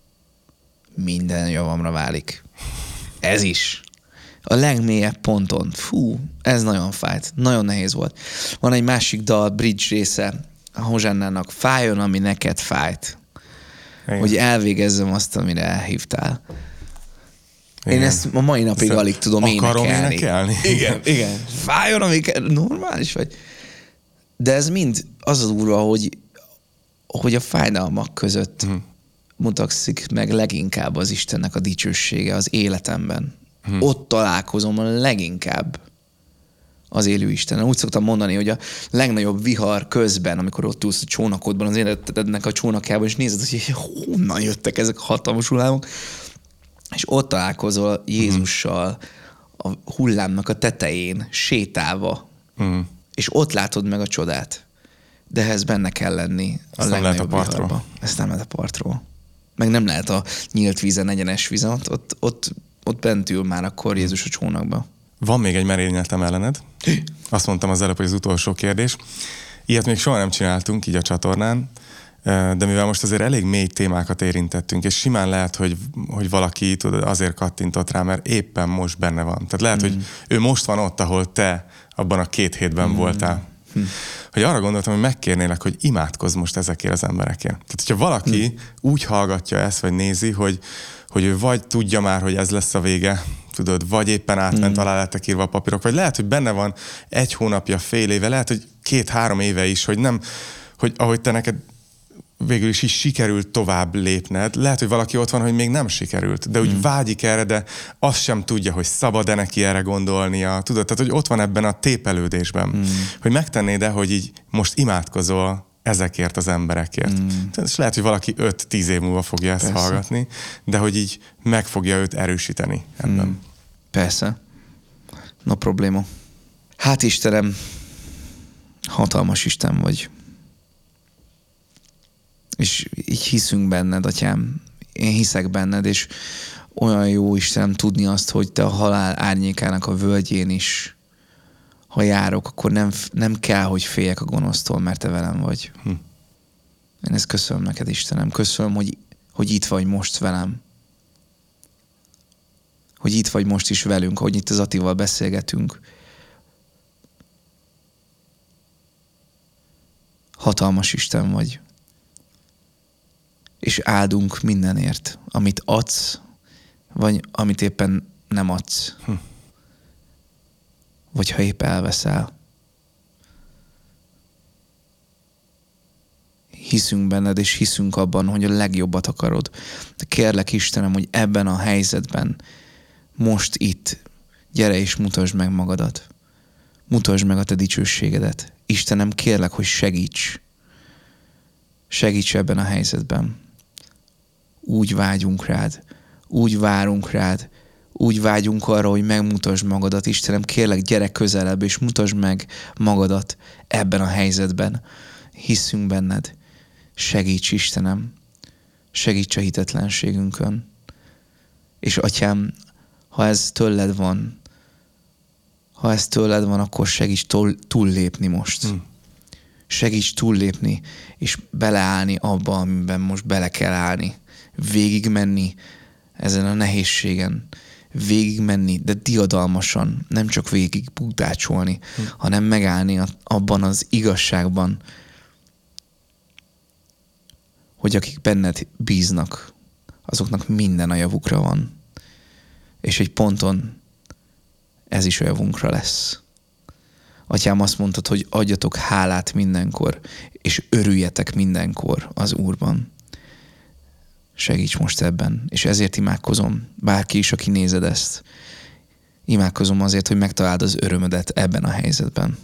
Minden javamra válik. Ez is. A legmélyebb ponton. Fú, ez nagyon fájt. Nagyon nehéz volt. Van egy másik dal, bridge része a Hozsannának. Fájjon, ami neked fájt. Igen. Hogy elvégezzem azt, amire elhívtál. Igen. Én ezt a mai napig Szerintem alig tudom akarom énekelni. énekelni. Igen, igen. Fájjon, amik normális vagy. De ez mind az az durva, hogy, hogy a fájdalmak között uh-huh. mutatszik meg leginkább az Istennek a dicsősége az életemben. Uh-huh. Ott találkozom a leginkább az élő Istennel. Úgy szoktam mondani, hogy a legnagyobb vihar közben, amikor ott ülsz a csónakodban, az életednek a csónakjában, és nézed, hogy honnan jöttek ezek a hatalmas hullámok, és ott találkozol Jézussal a hullámnak a tetején, sétálva, mm. és ott látod meg a csodát. De ehhez benne kell lenni a Ezt legnagyobb nem lehet a viharba. Ezt nem lehet a partról. Meg nem lehet a nyílt vízen, egyenes vízen, ott, ott, ott, ott bent ül már akkor Jézus a csónakba. Van még egy merényletem ellened. Azt mondtam az előbb, hogy az utolsó kérdés. Ilyet még soha nem csináltunk így a csatornán, de mivel most azért elég mély témákat érintettünk, és simán lehet, hogy, hogy valaki tudod, azért kattintott rá, mert éppen most benne van. Tehát lehet, mm. hogy ő most van ott, ahol te abban a két hétben mm. voltál. Mm. Hogy arra gondoltam, hogy megkérnélek, hogy imádkozz most ezekért az emberekért. Tehát, hogyha valaki mm. úgy hallgatja ezt, vagy nézi, hogy, hogy ő vagy tudja már, hogy ez lesz a vége, tudod, vagy éppen átment, mm. alá lettek írva a papírok, vagy lehet, hogy benne van egy hónapja, fél éve, lehet, hogy két-három éve is, hogy nem, hogy ahogy te neked végül is, is sikerült tovább lépned. Lehet, hogy valaki ott van, hogy még nem sikerült, de úgy mm. vágyik erre, de azt sem tudja, hogy szabad-e neki erre gondolnia. Tudod, tehát, hogy ott van ebben a tépelődésben. Mm. Hogy megtennéd-e, hogy így most imádkozol ezekért az emberekért. Mm. És lehet, hogy valaki öt-tíz év múlva fogja ezt Persze. hallgatni, de hogy így meg fogja őt erősíteni ebben. Mm. Persze. No probléma. Hát Istenem, hatalmas Isten vagy. És így hiszünk benned, Atyám. Én hiszek benned, és olyan jó Istenem tudni azt, hogy te a halál árnyékának a völgyén is, ha járok, akkor nem, nem kell, hogy féljek a gonosztól, mert te velem vagy. Hm. Én ezt köszönöm neked, Istenem. Köszönöm, hogy, hogy itt vagy most velem. Hogy itt vagy most is velünk, hogy itt az Attival beszélgetünk. Hatalmas Isten vagy. És áldunk mindenért, amit adsz, vagy amit éppen nem adsz. Hm. Vagy ha épp elveszel. Hiszünk benned, és hiszünk abban, hogy a legjobbat akarod. De kérlek, Istenem, hogy ebben a helyzetben, most itt, gyere és mutasd meg magadat. Mutasd meg a te dicsőségedet. Istenem, kérlek, hogy segíts. Segíts ebben a helyzetben. Úgy vágyunk rád, úgy várunk rád, úgy vágyunk arra, hogy megmutasd magadat. Istenem, kérlek, gyere közelebb, és mutasd meg magadat ebben a helyzetben. Hiszünk benned. Segíts, Istenem. Segíts a hitetlenségünkön. És Atyám, ha ez tőled van, ha ez tőled van, akkor segíts túllépni most. Hmm. Segíts túllépni, és beleállni abba, amiben most bele kell állni. Végigmenni ezen a nehézségen. Végigmenni, de diadalmasan. Nem csak végig búdácsolni, hm. hanem megállni abban az igazságban, hogy akik benned bíznak, azoknak minden a javukra van. És egy ponton ez is a javunkra lesz. Atyám, azt mondtad, hogy adjatok hálát mindenkor, és örüljetek mindenkor az Úrban. Segíts most ebben, és ezért imádkozom, bárki is, aki nézed ezt. Imádkozom azért, hogy megtaláld az örömödet ebben a helyzetben.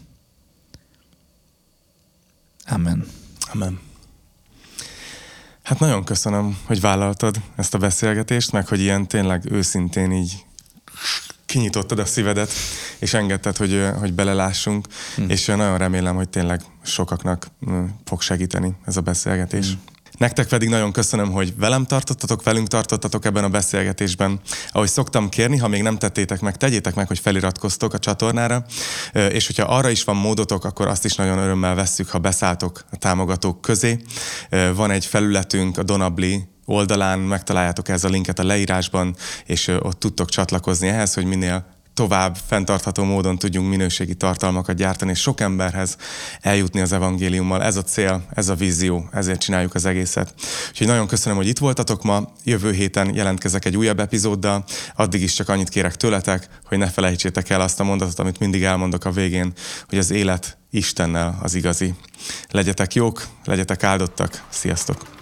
Amen. Amen. Hát nagyon köszönöm, hogy vállaltad ezt a beszélgetést, meg hogy ilyen tényleg őszintén így kinyitottad a szívedet, és engedted, hogy, hogy belelássunk, hmm. és nagyon remélem, hogy tényleg sokaknak fog segíteni ez a beszélgetés. Hmm. Nektek pedig nagyon köszönöm, hogy velem tartottatok, velünk tartottatok ebben a beszélgetésben. Ahogy szoktam kérni, ha még nem tettétek meg, tegyétek meg, hogy feliratkoztok a csatornára, és hogyha arra is van módotok, akkor azt is nagyon örömmel vesszük, ha beszálltok a támogatók közé. Van egy felületünk, a Donabli oldalán, megtaláljátok ez a linket a leírásban, és ott tudtok csatlakozni ehhez, hogy minél tovább fenntartható módon tudjunk minőségi tartalmakat gyártani, és sok emberhez eljutni az evangéliummal. Ez a cél, ez a vízió, ezért csináljuk az egészet. Úgyhogy nagyon köszönöm, hogy itt voltatok ma. Jövő héten jelentkezek egy újabb epizóddal. Addig is csak annyit kérek tőletek, hogy ne felejtsétek el azt a mondatot, amit mindig elmondok a végén, hogy az élet Istennel az igazi. Legyetek jók, legyetek áldottak. Sziasztok!